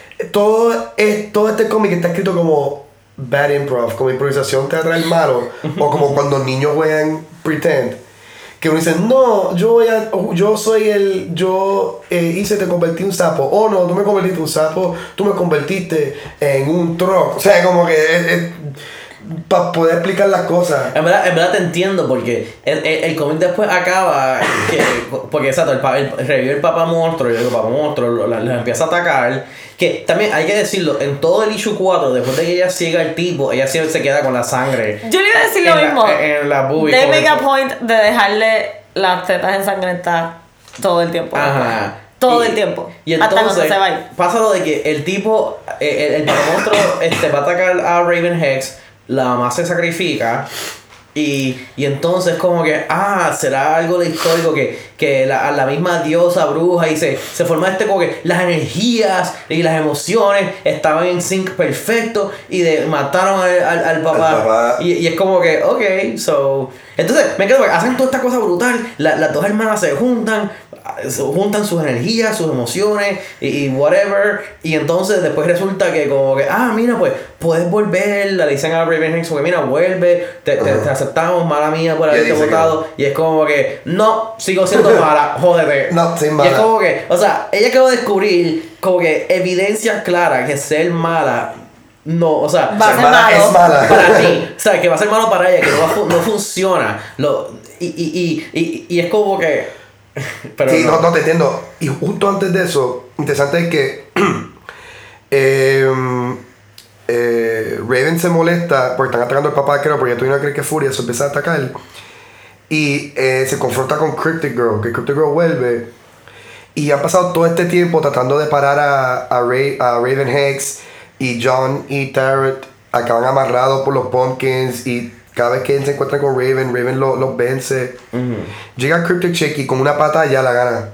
Todo, es, todo este cómic está escrito como bad improv, como improvisación teatral malo, uh-huh. o como cuando niños juegan pretend. Que uno dice, no, yo voy a, yo soy el, yo eh, hice, te convertí en un sapo. Oh no, tú me convertiste en un sapo, tú me convertiste en un truck. O sea, como que... Es, es, para poder explicar las cosas.
En verdad, en verdad te entiendo porque el, el, el cómic después acaba que, porque exacto, el, el, revive el papá monstruo y el papá monstruo les empieza a atacar, que también hay que decirlo, en todo el issue cuatro, después de que ella ciega al tipo, ella siempre se queda con la sangre.
Yo le iba a decir lo mismo.
La, en la boobie.
They make a point de dejarle las tetas ensangrentadas todo el tiempo.
Ajá.
Todo
y,
el tiempo.
Y entonces,
hasta cuando se va.
pasa lo de que el tipo, el, el, el monstruo este, va a atacar a Raven Hex, la mamá se sacrifica. Y, y entonces como que, ah, será algo de histórico que, que la, la misma diosa bruja y se, se forma este como que las energías y las emociones estaban en sync perfecto y de, mataron al, al, al papá.
El papá.
Y, y es como que, ok, so... Entonces, me quedo, hacen toda esta cosa brutal, la, las dos hermanas se juntan, se juntan sus energías, sus emociones y, y whatever, y entonces después resulta que como que, ah, mira, pues, puedes volver, le dicen a Raven Hex, porque mira, vuelve, te, te, te aceptamos, mala mía por haberte votado, y es como que, no, sigo siendo mala, jódete.
No, soy mala.
Y es como que, o sea, ella acabó de descubrir como que evidencias claras que ser mala no, o sea,
va a ser
mala,
malo
es mala
para ti, o sea, que va a ser malo para ella, que no, va, no funciona, lo, y, y, y, y, y es como que, pero
sí,
no.
no, no te entiendo. Y justo antes de eso, interesante es que eh, eh, Raven se molesta porque están atacando al papá, creo, porque ya tuvieron a creer que Furia se empieza a atacar y eh, se confronta con Cryptic Girl, que Cryptic Girl vuelve y han pasado todo este tiempo tratando de parar a, a, Ray, a Raven Hex. Y John y Tarot acaban amarrados por los Pumpkins. Y cada vez que se encuentran con Raven, Raven los lo vence. Uh-huh. Llega Cryptic Chick y con una pata ya la gana.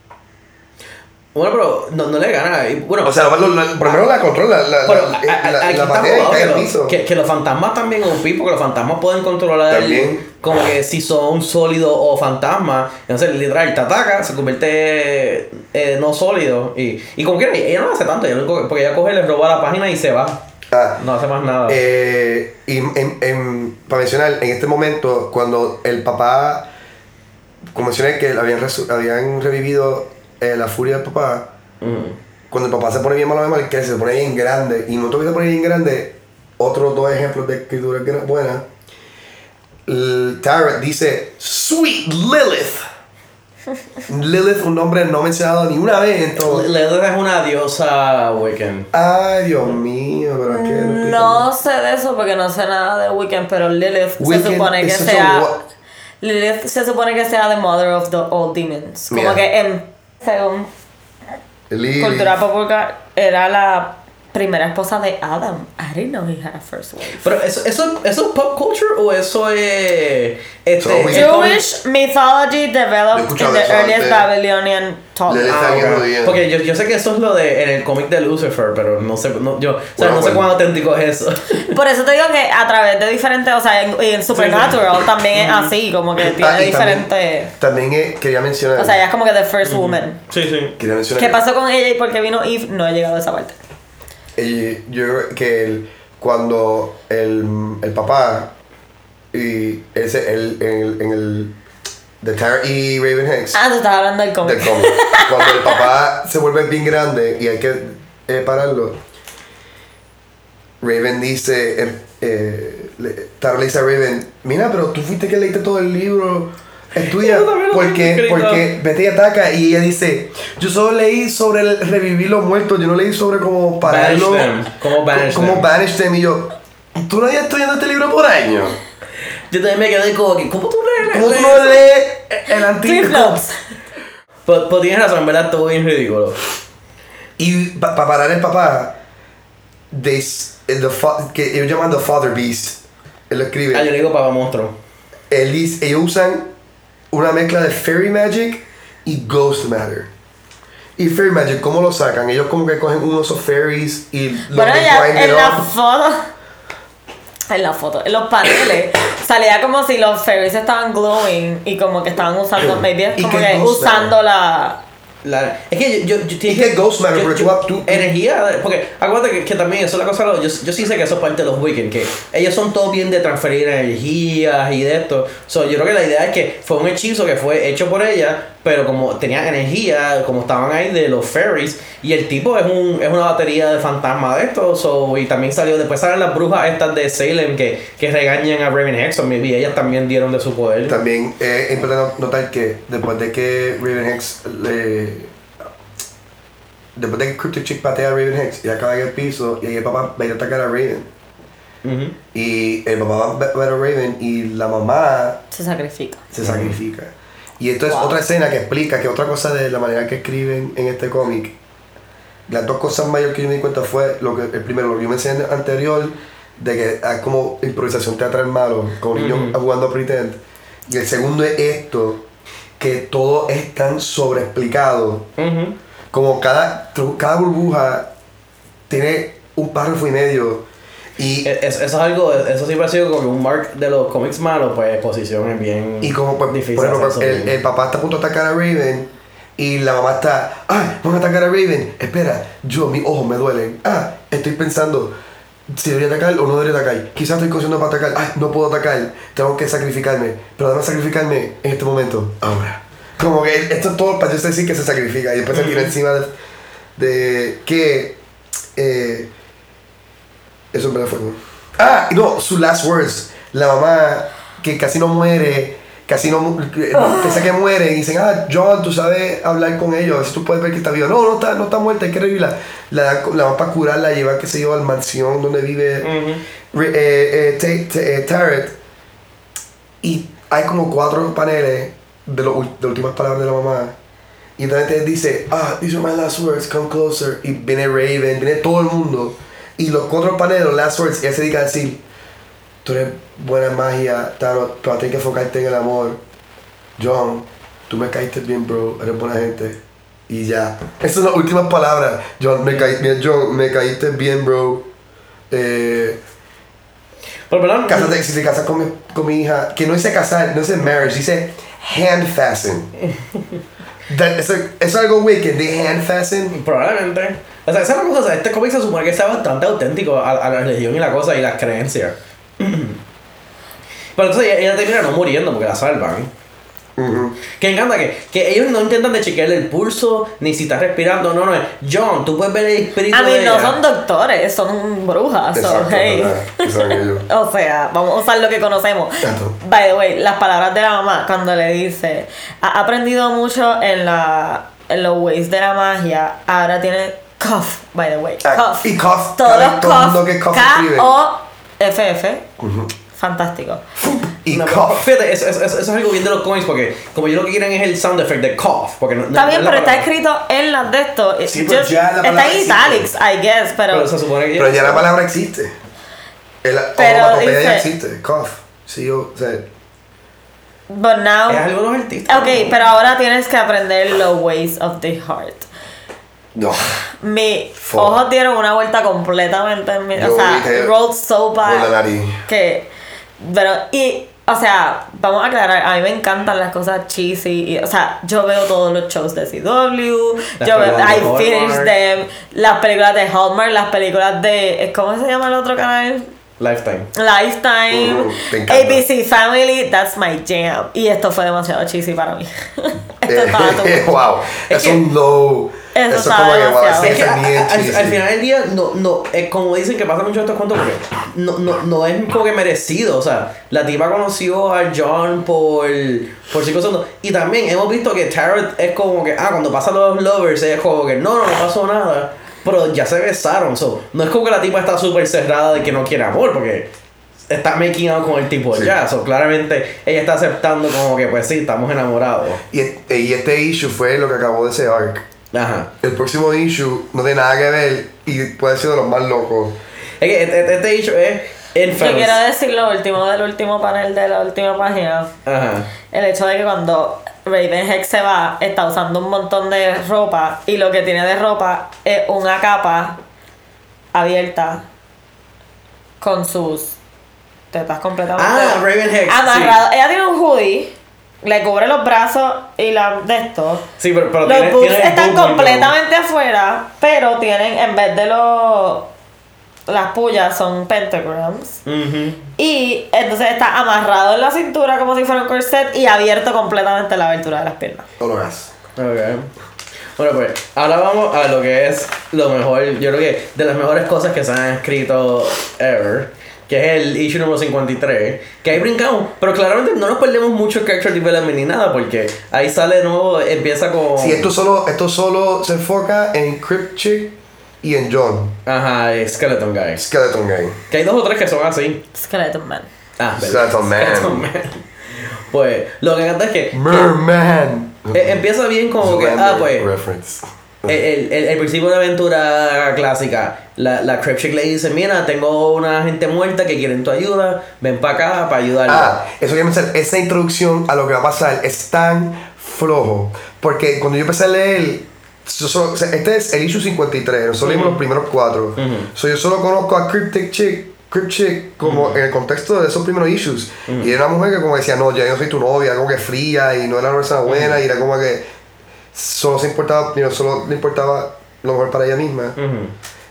Bueno, pero no, no le gana. Y, bueno,
o sea, lo, lo, lo, primero la controla. La,
pero
la,
a, a,
la,
aquí
la
está jugado,
cae
que,
al piso.
que, que los fantasmas también O P, porque los fantasmas pueden controlar
también.
Como que si son sólidos o fantasmas. Entonces, literal, te ataca, se convierte eh, no sólido. Y, y como quiera, ella no hace tanto. Ella, porque ella coge, le roba la página y se va.
Ah,
no hace más nada.
Eh, y en, en, para mencionar, en este momento, cuando el papá, como mencioné que habían, resu- habían revivido eh, la furia del papá, uh-huh. Cuando el papá se pone bien malo de mal, que se pone bien grande, y no te voy a poner bien grande, otros dos ejemplos de escritura buena. Tarot dice Sweet Lilith. Lilith, un nombre no mencionado ni una vez en todo.
Lilith es una diosa Wiccan.
Ay, Dios mío, pero qué.
No sé de eso porque no sé nada de Wiccan, pero Lilith
Wiccan
se supone que
is
sea.
a...
Lilith se supone que sea the mother of the all demons. Como yeah. que en. Según
Lily.
Cultura popular era la primera esposa de Adam. I didn't know he had a first wife.
Pero eso, eso, eso es pop culture o eso es este,
so,
Jewish mythology developed in the earliest
de...
Babylonian thought.
Ah, okay. Porque yo, yo sé que eso es lo de en el cómic de Lucifer, pero no sé, no, yo, o sea, bueno, no sé bueno. cuán auténtico es eso.
Por eso te digo que a través de diferentes, o sea, en, en Supernatural sí, sí. también es así, como que tiene ah, diferentes.
También, también es, quería mencionar.
O sea, ella es como que the first mm-hmm. woman.
Sí, sí.
Quería mencionar.
¿Qué pasó con ella y por qué vino Eve? No he llegado a esa parte.
Y yo creo que el, cuando el, el papá y ese el, el, en el de Tarot y Raven Hex.
Ah, tú estás hablando del cómic.
Del cómic. Cuando el papá se vuelve bien grande y hay que eh, pararlo, Raven dice, eh, eh, Tarot le dice a Raven, mira, pero tú fuiste que leíste todo el libro. Es tuya, porque, porque vete y ataca. Y ella dice, yo solo leí sobre el revivir los muertos, yo no leí sobre cómo pararlo,
cómo banish
cómo them. banish them. Y yo, tú no habías estudiado este libro por años.
Yo también me quedé como que, ¿cómo tú lees?
¿Cómo tú no lees el antiguo?
Pero, pero tienes razón, en verdad, todo bien ridículo.
Y para pa parar el papá, they, the, que ellos llaman The Father Beast, él lo escribe.
Ah, yo le digo papá monstruo.
Él, ellos usan una mezcla de Fairy Magic y Ghost Matter. Y Fairy Magic, ¿cómo lo sacan? Ellos como que cogen unos of fairies y los
bueno, ya, en la foto en la foto, en los paneles salía como si los fairies estaban glowing y como que estaban usando, maybe es como que usando la
La, es que yo, yo, yo
¿Y qué Ghost Matter? Yo, yo,
tú, energía, porque acuérdate que, que también eso es la cosa, yo, yo sí sé que eso es parte de los Wiccan, que ellos son todos bien de transferir energías y de esto. So, yo creo que la idea es que fue un hechizo que fue hecho por ella, pero como tenía energía, como estaban ahí de los fairies, y el tipo es un es una batería de fantasmas de esto, so, y también salió, después salen las brujas estas de Salem que, que regañan a Raven Hex, o maybe ellas también dieron de su poder.
También eh, es importante notar que después de que Raven Hex le... Después de que Cryptic Chick patea a Raven Hex y acaba en el piso y ahí el papá va a ir a atacar a Raven. Uh-huh. Y el papá va a ver a Raven y la mamá
se sacrifica.
Se sacrifica. Y esto es
Wow.
otra escena que explica que otra cosa de la manera que escriben en este cómic. Las dos cosas mayores que yo me di cuenta fue lo que el primero, lo que yo mencioné anterior, de que hay como improvisación teatral malo, como niños
Ujú.
jugando pretend. Y el segundo es esto, que todo es tan sobreexplicado.
Ujú.
Como cada, cada burbuja tiene un párrafo y medio. Y,
Es- eso es algo, eso siempre ha sido como un mark de los cómics malos, pues exposición es bien
y como pues,
difícil.
por ejemplo,
hacer
el,
eso.
el papá está a punto de atacar a Raven y la mamá está, ¡ay! Van a atacar a Raven. Espera, yo, mis ojos me duelen. Ah, estoy pensando si debería atacar o no debería atacar. Quizás estoy cocinando para atacar. Ay, no puedo atacar. Tengo que sacrificarme. Pero déjame sacrificarme en este momento. Ahora. Como que esto es todo para yo decir que se sacrifica. Y después se tira encima de, de que... Eh, eso en verdad fue... Ah, y no, sus last words. La mamá que casi no muere, casi no... mu- que- Piensa que muere y dicen, ah, John, tú sabes hablar con ellos, a ver si tú puedes ver que está viva. No, no está, no está muerta, hay que revivirla. La, dan- la van para curarla, llevar, qué sé yo, al mansión donde vive
Ujú.
Re- eh, eh, Ta- Ta- eh, Tarrant. Y hay como cuatro paneles de, lo, ul- de últimas palabras de la mamá. Y entonces dice, ah, these are my last words, come closer. Y viene Raven, viene todo el mundo. Y los cuatro paneles, los last words, y él se dedica a decir, tú eres buena en magia, Thanos, tú vas a tener que enfocarte en el amor. John, tú me caíste bien, bro, eres buena gente. Y ya. Esas son las últimas palabras. John, me, caí, mira, John, me caíste bien, bro. Eh,
Pero, ¿verdad?
Cásate, si te casas con mi, con mi hija, que no dice casar, no dice marriage, dice hand fasten. That- eso, eso es algo wicked, de hand fasten.
Probablemente. O sea, esa es la cosa. O sea, este cómic se supone que está bastante auténtico a, a la religión y la cosa y las creencias. Pero entonces ella, ella termina no muriendo porque la salvan.
Uh-huh.
Que me encanta que, que ellos no intentan de chequearle el pulso ni si está respirando. No, no es John, tú puedes ver el espíritu
A mí
de
no
ella.
son doctores, son brujas. So,
Exacto,
hey.
¿verdad? Eso es ellos.
O sea, vamos a usar lo que conocemos.
Exacto.
By the way, las palabras de la mamá cuando le dice, ha aprendido mucho en la en los ways de la magia, ahora tiene cough, by the way.
Ah,
Cough.
y cough,
Todos
cada-
los
todo el mundo
cough,
que cough
K
escribe.
O F F.
Uh-huh.
Fantástico.
Y
No,
cough.
fíjate, eso, eso- eso es algo bien de los cómics porque como yo lo que quieren es el sound effect de cough. Porque no, no-
Está
no
bien,
es la
pero está
palabra.
escrito en las de esto.
Sí, pero
Just-
ya la
está
palabra
en
existe.
italics, I guess, pero.
Pero se supone que
Pero ya la palabra existe. El
Pero
onomatopeya ya
dice-
existe. Cough. Sí, yo, o sea,
But now.
es algo de los artistas.
Ok, pero ahora tienes que aprender los ways of the heart.
no.
Mis
Fuck.
ojos dieron una vuelta completamente en mi.
Yo
O sea,
dije,
rolled so
por la
bad.
nariz.
Que. Pero, y. O sea, vamos a aclarar, a mí me encantan las cosas cheesy. Y, o sea, yo veo todos los shows de C W.
Las
Yo veo.
películas de
I finish
Hallmark.
them. Las películas de Hallmark, las películas de. ¿Cómo se llama el otro canal?
Lifetime.
Lifetime,
Mm, me encanta.
A B C Family, that's my jam. Y esto fue demasiado cheesy para mí. Esto estaba
Eh,
todo.
wow.
Es
Es
que-
un low.
Eso
Eso es
está
como que wow,
demasiado.
ese
Es que
es
a-
bien
a- al,
cheesy.
al final del día, no, no, es como dicen que pasa mucho estos cuentos porque no, no, no es como que merecido. O sea, la tipa conoció a John por, por cinco segundos. Y también hemos visto que Tarot es como que, ah, cuando pasan los lovers, ella es como que, no, no, no pasó nada. Pero ya se besaron. So, no es como que la tipa está súper cerrada de que no quiere amor, porque está making out con el tipo
Sí.
ya. So, claramente ella está aceptando como que, pues sí, estamos enamorados.
Y, este- y este issue fue lo que acabó de ese arc.
Ajá.
El próximo issue no tiene nada que ver y puede ser de los más locos.
Es que este, este issue es
Yo
Infamous.
quiero decir lo último del último panel de la última página.
Ajá.
El hecho de que cuando Raven Hex se va, está usando un montón de ropa y lo que tiene de ropa es una capa abierta con sus tetas completamente
Ah, Raven Hex,
amarrado. Ella tiene un hoodie, le cubre los brazos y la de esto.
Sí, pero, pero
Los
tiene,
boobs
tiene el
están
boob muy
completamente afuera, pero tienen, en vez de los... Las pullas son pentagrams.
low. Ujú.
Y entonces está amarrado en la cintura como si fuera un corset y abierto completamente la abertura de las piernas.
No lo hagas.
Ok. Bueno, pues ahora vamos a lo que es lo mejor, yo creo que de las mejores cosas que se han escrito ever, que es el issue número cincuenta y tres, que ahí brincamos, pero claramente no nos perdemos mucho character development ni nada, porque ahí sale de nuevo, empieza con...
Sí, esto solo, esto solo se enfoca en Crypt Chick y en John,
Ajá, Skeleton Guy.
Skeleton Guy.
Que hay dos o tres que son así.
Skeleton Man.
Ah, ¿verdad?
Skeleton Man.
Skeleton Man. Pues lo que canta es que...
Merman.
que, eh, empieza bien como que, ah, pues...
Reference.
El, el, el principio de una aventura clásica. La, la Crip Chick le dice, mira, tengo una gente muerta que quieren tu ayuda, ven para acá para ayudarla.
Ah, eso quiere decir, esa introducción a lo que va a pasar es tan flojo. Porque cuando yo empecé a leer, yo solo, o sea, este es el issue cincuenta y tres, nosotros leímos uh-huh. los primeros cuatro. Uh-huh. So, yo solo conozco a Cryptic Chick, Crip Chick como uh-huh. en el contexto de esos primeros issues. Uh-huh. Y era una mujer que como decía, no, ya yo soy tu novia, como que fría y no era una persona buena uh-huh. y era como que solo se importaba, you know, solo le importaba lo mejor para ella misma. Uh-huh.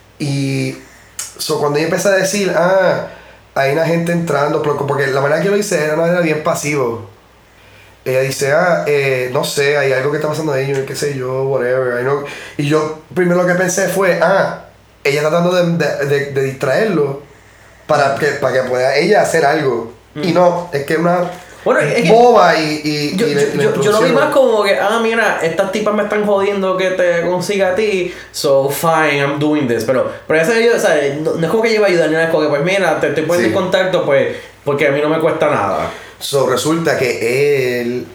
Y so, cuando yo empecé a decir, ah, hay una gente entrando, porque la manera que lo hice era una manera bien pasivo. Ella dice, ah, eh, no sé, hay algo que está pasando ahí, qué sé yo, whatever. I know. Y yo primero lo que pensé fue, ah, ella tratando de, de, de, de distraerlo para que, para que pueda ella hacer algo. Mm. Y no, es que una
bueno, es que
boba y, y,
yo,
y
yo, yo, yo lo vi más como que, ah, mira, estas tipas me están jodiendo que te consiga a ti, so fine, I'm doing this. Pero, pero ese yo, o sea, no, no es como que yo iba a ayudar, ni nada, es como que, pues mira, te estoy poniendo sí. en contacto, pues, porque a mí no me cuesta nada.
So, resulta que él,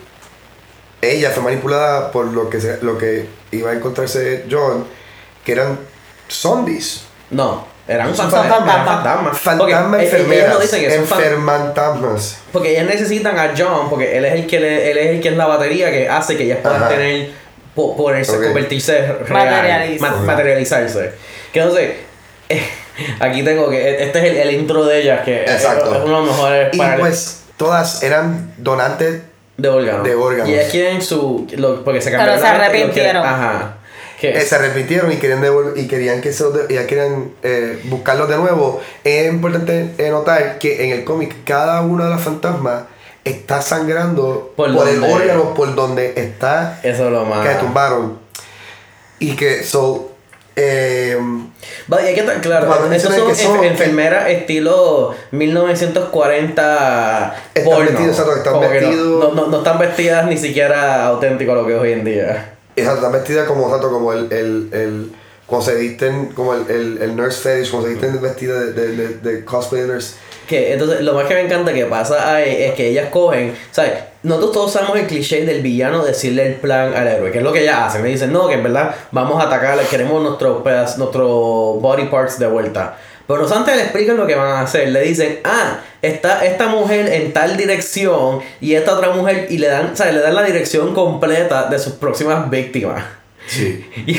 ella fue manipulada por lo que, se, lo que iba a encontrarse John, que eran zombies.
No, eran
fantasmas. Fantasmas enfermeras. Enfermantasmas.
Porque ellas necesitan a John, porque él es el que le, él es el que es la batería que hace que ellas puedan Ajá. tener, po, ponerse, okay. convertirse real,
Materializ-
ma- materializarse. Que entonces, eh, aquí tengo que, este es el, el intro de ellas, que
Exacto.
es, es uno de los mejores.
Y
para
pues todas eran donantes
de órganos.
De órganos.
Y ellas quieren su, lo, porque se cambiaron.
Pero se arrepintieron.
Ajá.
Eh, se arrepintieron y querían devol- y querían que se los de- y querían eh, buscarlos de nuevo. Es importante eh, notar que en el cómic cada una de las fantasmas está sangrando por, por el órgano por donde está
eso es lo más
que tumbaron y que so eh,
vale, hay que estar claro, esos son, son enfermeras que, estilo mil novecientos cuarenta
están porno, vestidos, exacto, están vestidos,
no, no, no están vestidas ni siquiera auténtico lo que es hoy en día.
Exacto, están vestidas como, exacto, como el, el, el cuando se visten como el, el, el nurse fetish, cuando se visten vestidas de, de, de, de cosplay nurse.
Que entonces lo más que me encanta que pasa ahí es que ellas cogen, ¿sabes? Nosotros todos sabemos el cliché del villano decirle el plan al héroe, que es lo que ellas hacen. Me dicen, no, que en verdad vamos a atacar, queremos nuestros pedazos, nuestros body parts de vuelta. Pero antes le explican lo que van a hacer. Le dicen, ah, está esta mujer en tal dirección y esta otra mujer, y le dan, ¿sabes? Le dan la dirección completa de sus próximas víctimas.
Sí.
y,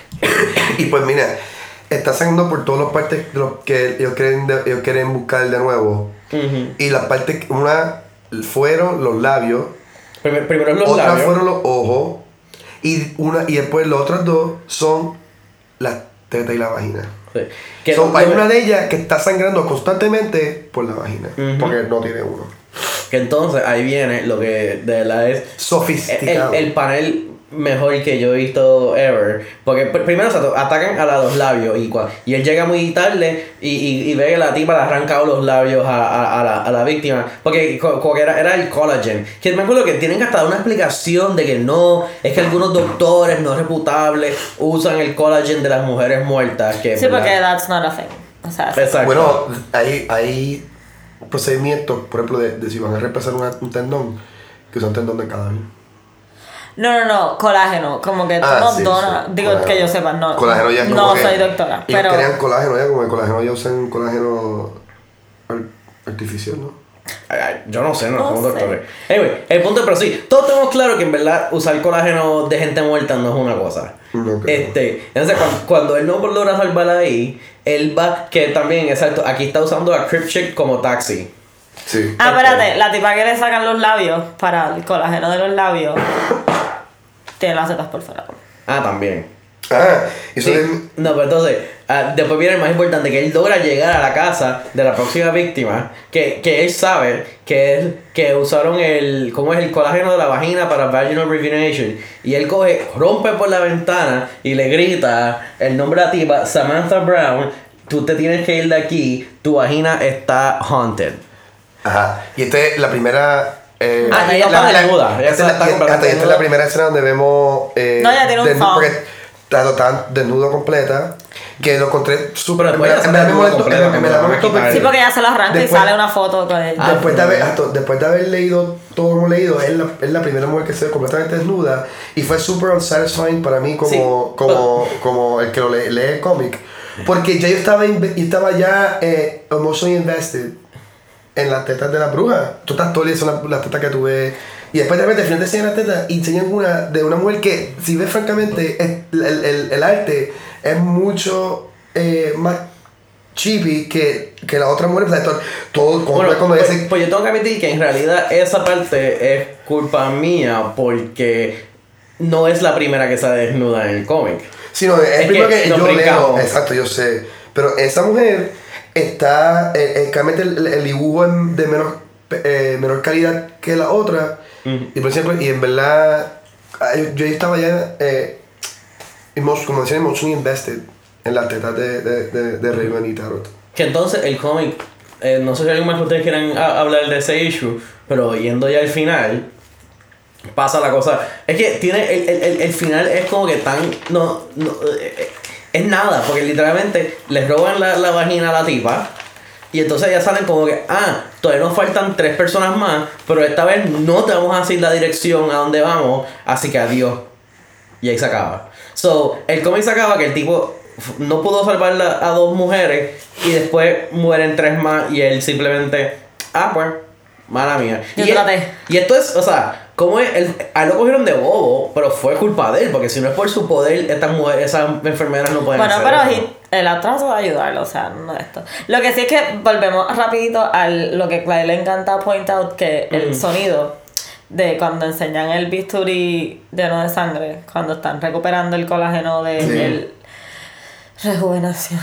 y pues mira, está saliendo por todas las partes de lo que ellos quieren, de, ellos quieren buscar de nuevo. Uh-huh. Y las partes, una fueron los labios.
Primero, primero los
otras
labios.
fueron los ojos. Y, una, y después los otros dos son las tetas y la vagina. Sí. Que so, no, hay no, una de ellas que está sangrando constantemente por la vagina. Uh-huh. Porque no tiene uno.
Que entonces ahí viene lo que de la es
sofisticado.
El, el panel mejor que yo he visto ever. Porque primero se atacan a los labios y, y él llega muy tarde y, y, y ve que la tipa le ha arrancado los labios a, a, a, la, a la víctima. Porque co, era, era el collagen. Que me acuerdo que tienen que hasta dar una explicación de que no, es que algunos doctores no reputables usan el collagen de las mujeres muertas. Que,
sí, porque that's not a thing. O sea,
exacto.
Bueno, hay, hay procedimientos, por ejemplo, de, de si van a reemplazar una, un tendón, que usan tendón de cadáver.
No, no, no, colágeno, como que tú
ah,
no
sí,
donas,
sí.
digo
Colágeno.
que yo sepa, no,
colágeno ya es como
no
que
soy doctora,
ellos
pero
crean colágeno ya, como el colágeno ya usan colágeno artificial, ¿no?
Ay, ay, yo no sé, no,
no
somos
sé.
doctores. Anyway, el punto es, pero sí, todos tenemos claro que en verdad usar colágeno de gente muerta no es una cosa.
No, okay.
Este, entonces cuando, cuando él no logra salvarla ahí, él va, que también, exacto, aquí está usando a Crip Chick como taxi.
Sí.
Ah, espérate, la tipa que le sacan los labios para el colágeno de los labios tiene las setas por fuera.
Ah, también.
Ah, eso
sí.
es...
No, pero entonces, uh, después viene el más importante, que él logra llegar a la casa de la próxima víctima, que, que él sabe que es que usaron el, ¿cómo es? El colágeno de la vagina para vaginal rejuvenation. Y él coge, rompe por la ventana y le grita el nombre de la tipa, Samantha Brown, tú te tienes que ir de aquí, tu vagina está haunted.
Ajá, y esta es la primera... Eh,
ah, ella está desnuda. Ella
está,
está
esta, esta es la primera escena donde vemos... Eh,
no, ella tiene un
desnudo,
thong.
porque está desnudo completa. Que lo encontré súper...
Pero después ya
me-
se
me- me
desnuda
molestó-
completa,
me- me
como
la
la
molestó
máquina.
porque-
Sí, porque ella se lo arranca y
Después-
sale una foto con él.
Después de, haber, hasta- después de haber leído todo lo que hemos leído, es la, es la primera mujer que se ve completamente desnuda y fue súper unsatisfying para mí como,
Sí,
como, como el que lo lee, lee el cómic. Porque ya yo estaba, inve- yo estaba ya eh, emotionally invested en las tetas de la bruja. Tú estás todo el día son las, las tetas que tú ves. Y después de repente al final te enseñan las tetas y enseñan una de una mujer que, si ves francamente, es- el, el, el arte es mucho eh, más chippy que, que la otra mujer. O sea, todo, todo como,
Bueno,
como
pues,
dice-
pues yo tengo que admitir que en realidad esa parte es culpa mía porque no es la primera que sale desnuda en el cómic.
Sí, no, es el
Es
primero
que
que,
nos
yo leo.
brincamos.
Exacto, yo sé. Pero esa mujer está. Eh, eh, realmente el, el dibujo es de menor, eh, menor calidad que la otra.
Ujú.
Y por ejemplo, y en verdad. ah, Yo, yo estaba ya. Eh, emo- como decían, emotionally invested en las tetas de, de, de, de Raven y Tarot.
Que entonces el cómic, eh, no sé si alguien más que ustedes quieran a- hablar de ese issue, pero yendo ya al final, pasa la cosa. Es que tiene el, el, el, el final es como que tan. No, no, eh, eh, es nada, porque literalmente les roban la, la vagina a la tipa. Y entonces ya salen como que, ah, todavía nos faltan tres personas más, pero esta vez no te vamos a decir la dirección a dónde vamos, así que adiós. Y ahí se acaba. So, el cómic se acaba que el tipo f- no pudo salvar la- a dos mujeres y después mueren tres más y él simplemente, ah, pues, mala mía.
Yo
y,
traté.
y esto es, o sea, como es, el, a él lo cogieron de bobo, pero fue culpa de él, porque si no es por su poder, estas mujeres, esas enfermeras no pueden
Bueno,
hacer
pero
eso.
he- el atraso va a ayudarlo, o sea, no esto. Lo que sí es que volvemos rapidito a lo que Clay le encanta point out, que el
Mm.
sonido de cuando enseñan el bisturí lleno de sangre, cuando están recuperando el colágeno de
Sí.
el rejuvenación.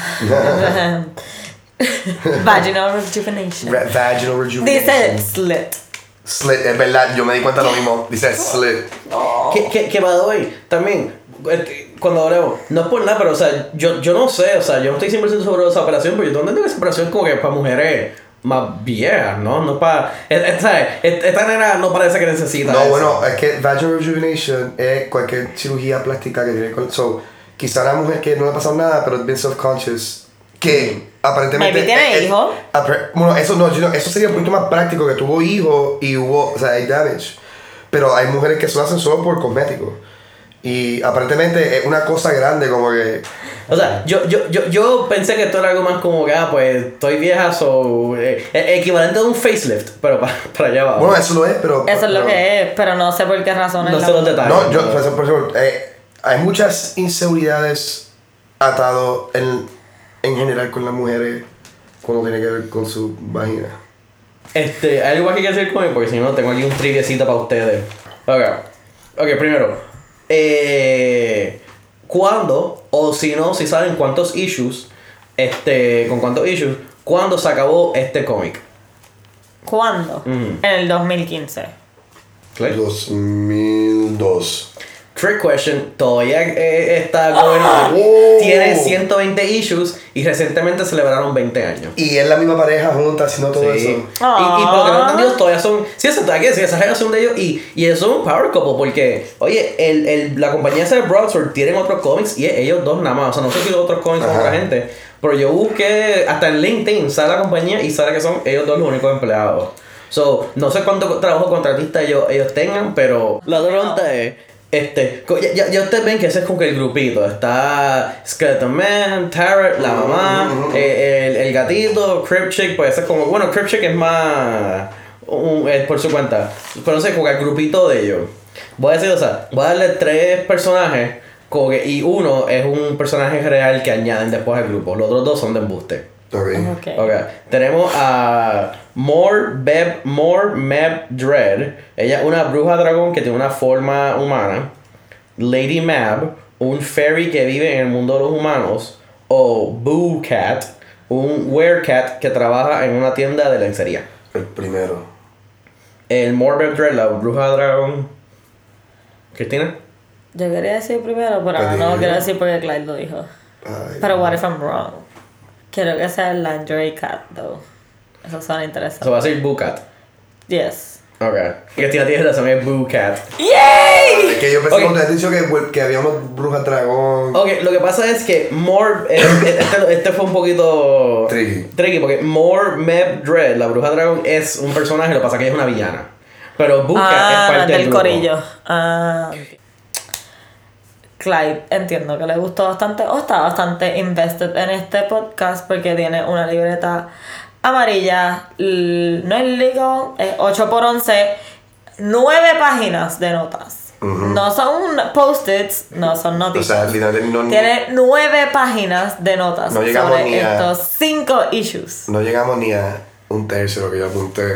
Vaginal rejuvenation.
Re- Vaginal rejuvenation.
Dice slit.
Slit, es verdad, yo me di cuenta lo mismo. Dice slit.
Que, que, que by the way, también, eh, cuando hablemos, no es por nada, pero o sea, yo, yo no sé, o sea, yo no estoy cien por ciento seguro de esa operación, pero yo tengo entendido que esa operación es como que para mujeres más viejas, ¿no? No para. Esta, esta nena no parece que necesita.
No,
eso.
bueno, es que vaginal rejuvenation es cualquier cirugía plástica que tiene con. So, quizá una mujer que no le ha pasado nada, pero es bien self-conscious. Que aparentemente.
Maybe tiene
es-
hijos.
apre- Bueno, eso no, yo no- eso sería un poquito más práctico, que tuvo hijos y hubo. O sea, hay damage. Pero hay mujeres que se lo hacen solo por cosméticos. Y aparentemente es una cosa grande, como que.
O sea, yo, yo, yo, yo pensé que esto era algo más como que, ah, pues estoy vieja, o eh, eh, equivalente a un facelift, pero para, para allá va.
Bueno, eso lo es, pero.
Eso es lo
pero-
que es, pero no sé por qué razón.
no
es
sé
la-
los detalles.
No, yo, por ejemplo, por ejemplo, eh, hay muchas inseguridades atadas en, en general con las mujeres cuando tiene que ver con su vagina.
Este, hay algo más que hay que hacer con él, porque si no, tengo aquí un triviecita para ustedes. Ok, ok, primero. Eh, ¿Cuándo, o si no, si saben cuántos issues, este, con cuántos issues, cuándo se acabó este cómic?
¿Cuándo?
Mm.
En el dos mil quince.
Clay?
dos mil dos.
Trick question, todavía eh, está going on.
Oh.
Tiene ciento veinte issues y recientemente celebraron veinte años.
Y es la misma pareja junta haciendo todo
Sí.
eso.
Y, y por lo que no he entendido, todavía son. Sí, eso está aquí, sí, esa relación de ellos. Y, y eso es un power couple, porque, oye, el, el, la compañía esa de Broadsword tienen otros cómics y es ellos dos nada más. O sea, no sé si los otros cómics con
Ajá.
otra gente. Pero yo busqué, hasta en LinkedIn sale la compañía y sale que son ellos dos los únicos empleados. So, no sé cuánto trabajo contratista ellos, ellos tengan, pero la otra pregunta es. Este, co- ya, ya, ya ustedes ven que ese es como que el grupito. Está Skeleton Man, Tarot, la mamá, eh, el, el gatito, Cryptchick, pues ese es como. Bueno, Cryptchick es más. Un, es por su cuenta. Pero no sé, como que el grupito de ellos. Voy a decir, o sea, voy a darle tres personajes. Como que, y uno es un personaje real que añaden después al grupo. Los otros dos son de embuste.
Ok.
Ok.
Ok, tenemos a More Beb, More Meb Dread. Ella es una bruja dragón que tiene una forma humana. Lady Mab, un fairy que vive en el mundo de los humanos. O Boo Cat, un werecat que trabaja en una tienda de lencería.
El primero.
El More Beb Dread, la bruja dragón. ¿Cristina?
Yo quería decir primero, pero
Pues
no lo
dilo.
quiero decir porque Clyde lo dijo.
Ay,
Pero what if I'm wrong? Quiero que sea el lingerie cat, though. Eso suena interesante.
Eso va a ser Boo Cat.
Yes.
Ok. Cristina tiene razón, es Boo Cat.
¡Yay!
que yo pensé
Okay.
cuando te has dicho que, que había una bruja dragón.
Ok, lo que pasa es que More. eh, este, este fue un poquito.
Tricky.
Tricky, porque More Meb Dread, la bruja dragón, es un personaje, lo que pasa es que ella es una villana. Pero Buka
ah,
es parte
del
del grupo.
corillo. Ah. Clyde, entiendo que le gustó bastante o está bastante invested en este podcast porque tiene una libreta amarilla, l- no es legal, es ocho por once, nueve páginas de notas. Uh-huh. No son post-its, no son noticias.
O sea, literalmente no,
tiene nueve páginas de notas
no llegamos
sobre
ni a,
estos cinco issues.
No llegamos ni a un tercio de lo que yo apunté.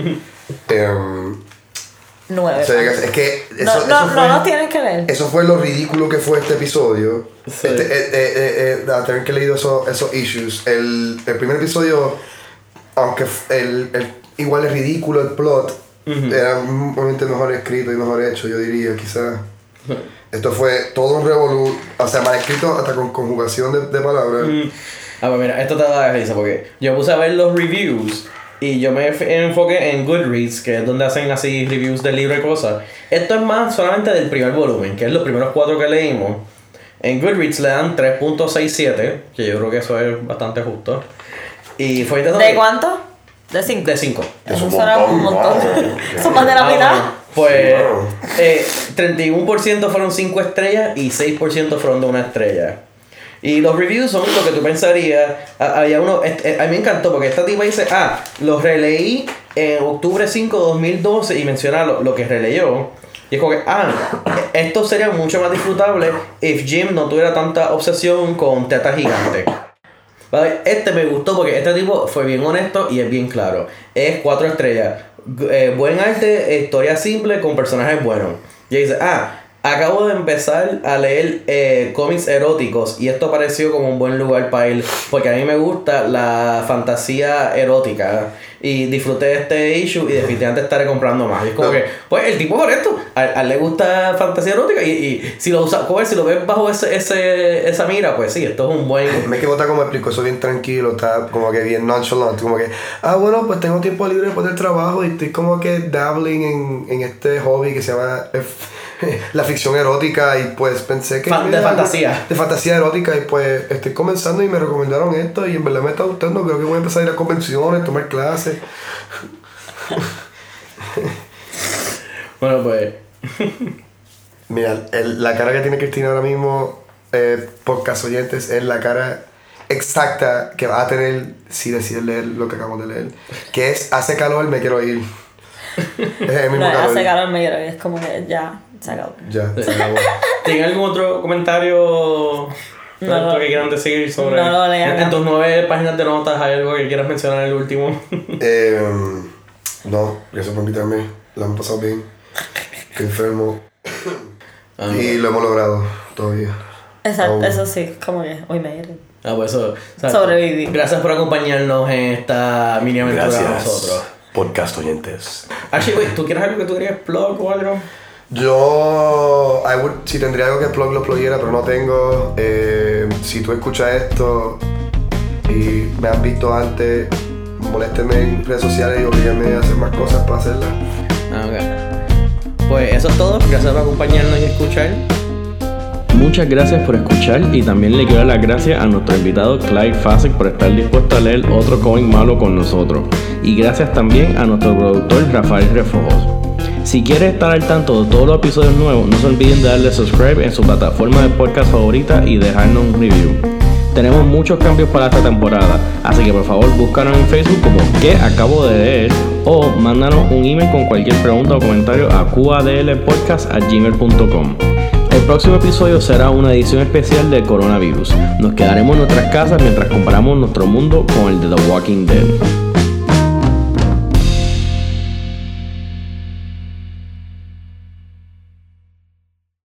um,
Nueve.
O sea, es que eso,
no,
eso
no,
fue,
no lo tienes que leer.
Eso fue lo ridículo que fue este episodio.
Sí.
Este, eh, eh, eh, a tener que leído esos, esos issues. El, el primer episodio, aunque el, el, igual es ridículo el plot, uh-huh. era obviamente mejor escrito y mejor hecho, yo diría, quizás. Uh-huh. Esto fue todo un revolú, o sea, mal escrito hasta con conjugación de, de palabras.
Mm. Ah, pues mira, esto te da risa porque yo puse a ver los reviews. Y yo me enfoqué en Goodreads, que es donde hacen así reviews del libro y cosas. Esto es más solamente del primer volumen, que es los primeros cuatro que leímos. En Goodreads le dan tres punto sesenta y siete, que yo creo que eso es bastante justo. Y fue
¿De, ¿De cuánto? De cinco.
De cinco.
Eso suena un montón. Son más de la
ah,
mitad.
Bueno, pues eh, treinta y uno por ciento fueron cinco estrellas y seis por ciento fueron de una estrella. Y los reviews son lo que tú pensarías. Había uno, este, a mí me encantó porque esta tipa dice, ah, los releí en octubre cinco de dos mil doce y menciona lo, lo que releyó. Y es como que, ah, esto sería mucho más disfrutable if Jim no tuviera tanta obsesión con tetas gigantes. Vale, este me gustó porque este tipo fue bien honesto y es bien claro. Es cuatro estrellas. Eh, buen arte, historia simple con personajes buenos. Y dice, ah, acabo de empezar a leer eh, cómics eróticos y esto pareció como un buen lugar para ir porque a mí me gusta la fantasía erótica y disfruté de este issue y definitivamente estaré comprando más. Y es como no. que, pues el tipo es honesto, a, a él le gusta fantasía erótica y, y si lo usa, si lo ves bajo ese, ese, esa mira, pues sí, esto es un buen...
Me equivoco como explico, eso bien tranquilo, está como que bien nonchalant, como que, ah bueno, pues tengo tiempo libre después del trabajo y estoy como que dabbling en, en este hobby que se llama... la ficción erótica y pues pensé que...
Fan, de fantasía.
De fantasía erótica y pues estoy comenzando y me recomendaron esto y en verdad me está gustando, creo que voy a empezar a ir a convenciones, tomar clases.
Bueno pues...
Mira, el, la cara que tiene Cristina ahora mismo, eh, podcast oyentes, es la cara exacta que va a tener si decides leer lo que acabamos de leer. Que es, hace calor, me quiero ir. Es el mismo
no,
calor.
hace calor, me quiero ir, es como que ya... Se acabó.
Ya, se acabó.
¿Tienen algún otro comentario no, no, que quieran decir sobre
no lo lean,
en, en tus nueve páginas de notas hay algo que quieras mencionar en el último?
eh, no, gracias por invitarme. Lo hemos pasado bien. Estoy enfermo. Ah, y lo hemos logrado todavía.
Exacto,
Aún.
eso sí, como que hoy me iré.
Ah, pues eso.
Sobreviví.
Gracias por acompañarnos en esta mini aventura de nosotros.
Podcast oyentes.
Ashley, wait, ¿tú quieres algo que tú querías plug o algo?
Yo, I would, si tendría algo que plug, lo plugiera, pero no tengo. Eh, si tú escuchas esto y me has visto antes, molésteme en redes sociales y obrígame a hacer más cosas para hacerlas.
Ah, ok. Pues eso es todo. Gracias por acompañarnos y escuchar. Muchas gracias por escuchar y también le quiero dar las gracias a nuestro invitado Clyde Fasek por estar dispuesto a leer otro cómic malo con nosotros. Y gracias también a nuestro productor Rafael Refojos. Si quieres estar al tanto de todos los episodios nuevos, no se olviden de darle subscribe en su plataforma de podcast favorita y dejarnos un review. Tenemos muchos cambios para esta temporada, así que por favor búscanos en Facebook como que acabo de leer o mándanos un email con cualquier pregunta o comentario a q a d l podcast arroba gmail punto com. El próximo episodio será una edición especial del coronavirus. Nos quedaremos en nuestras casas mientras comparamos nuestro mundo con el de The Walking Dead.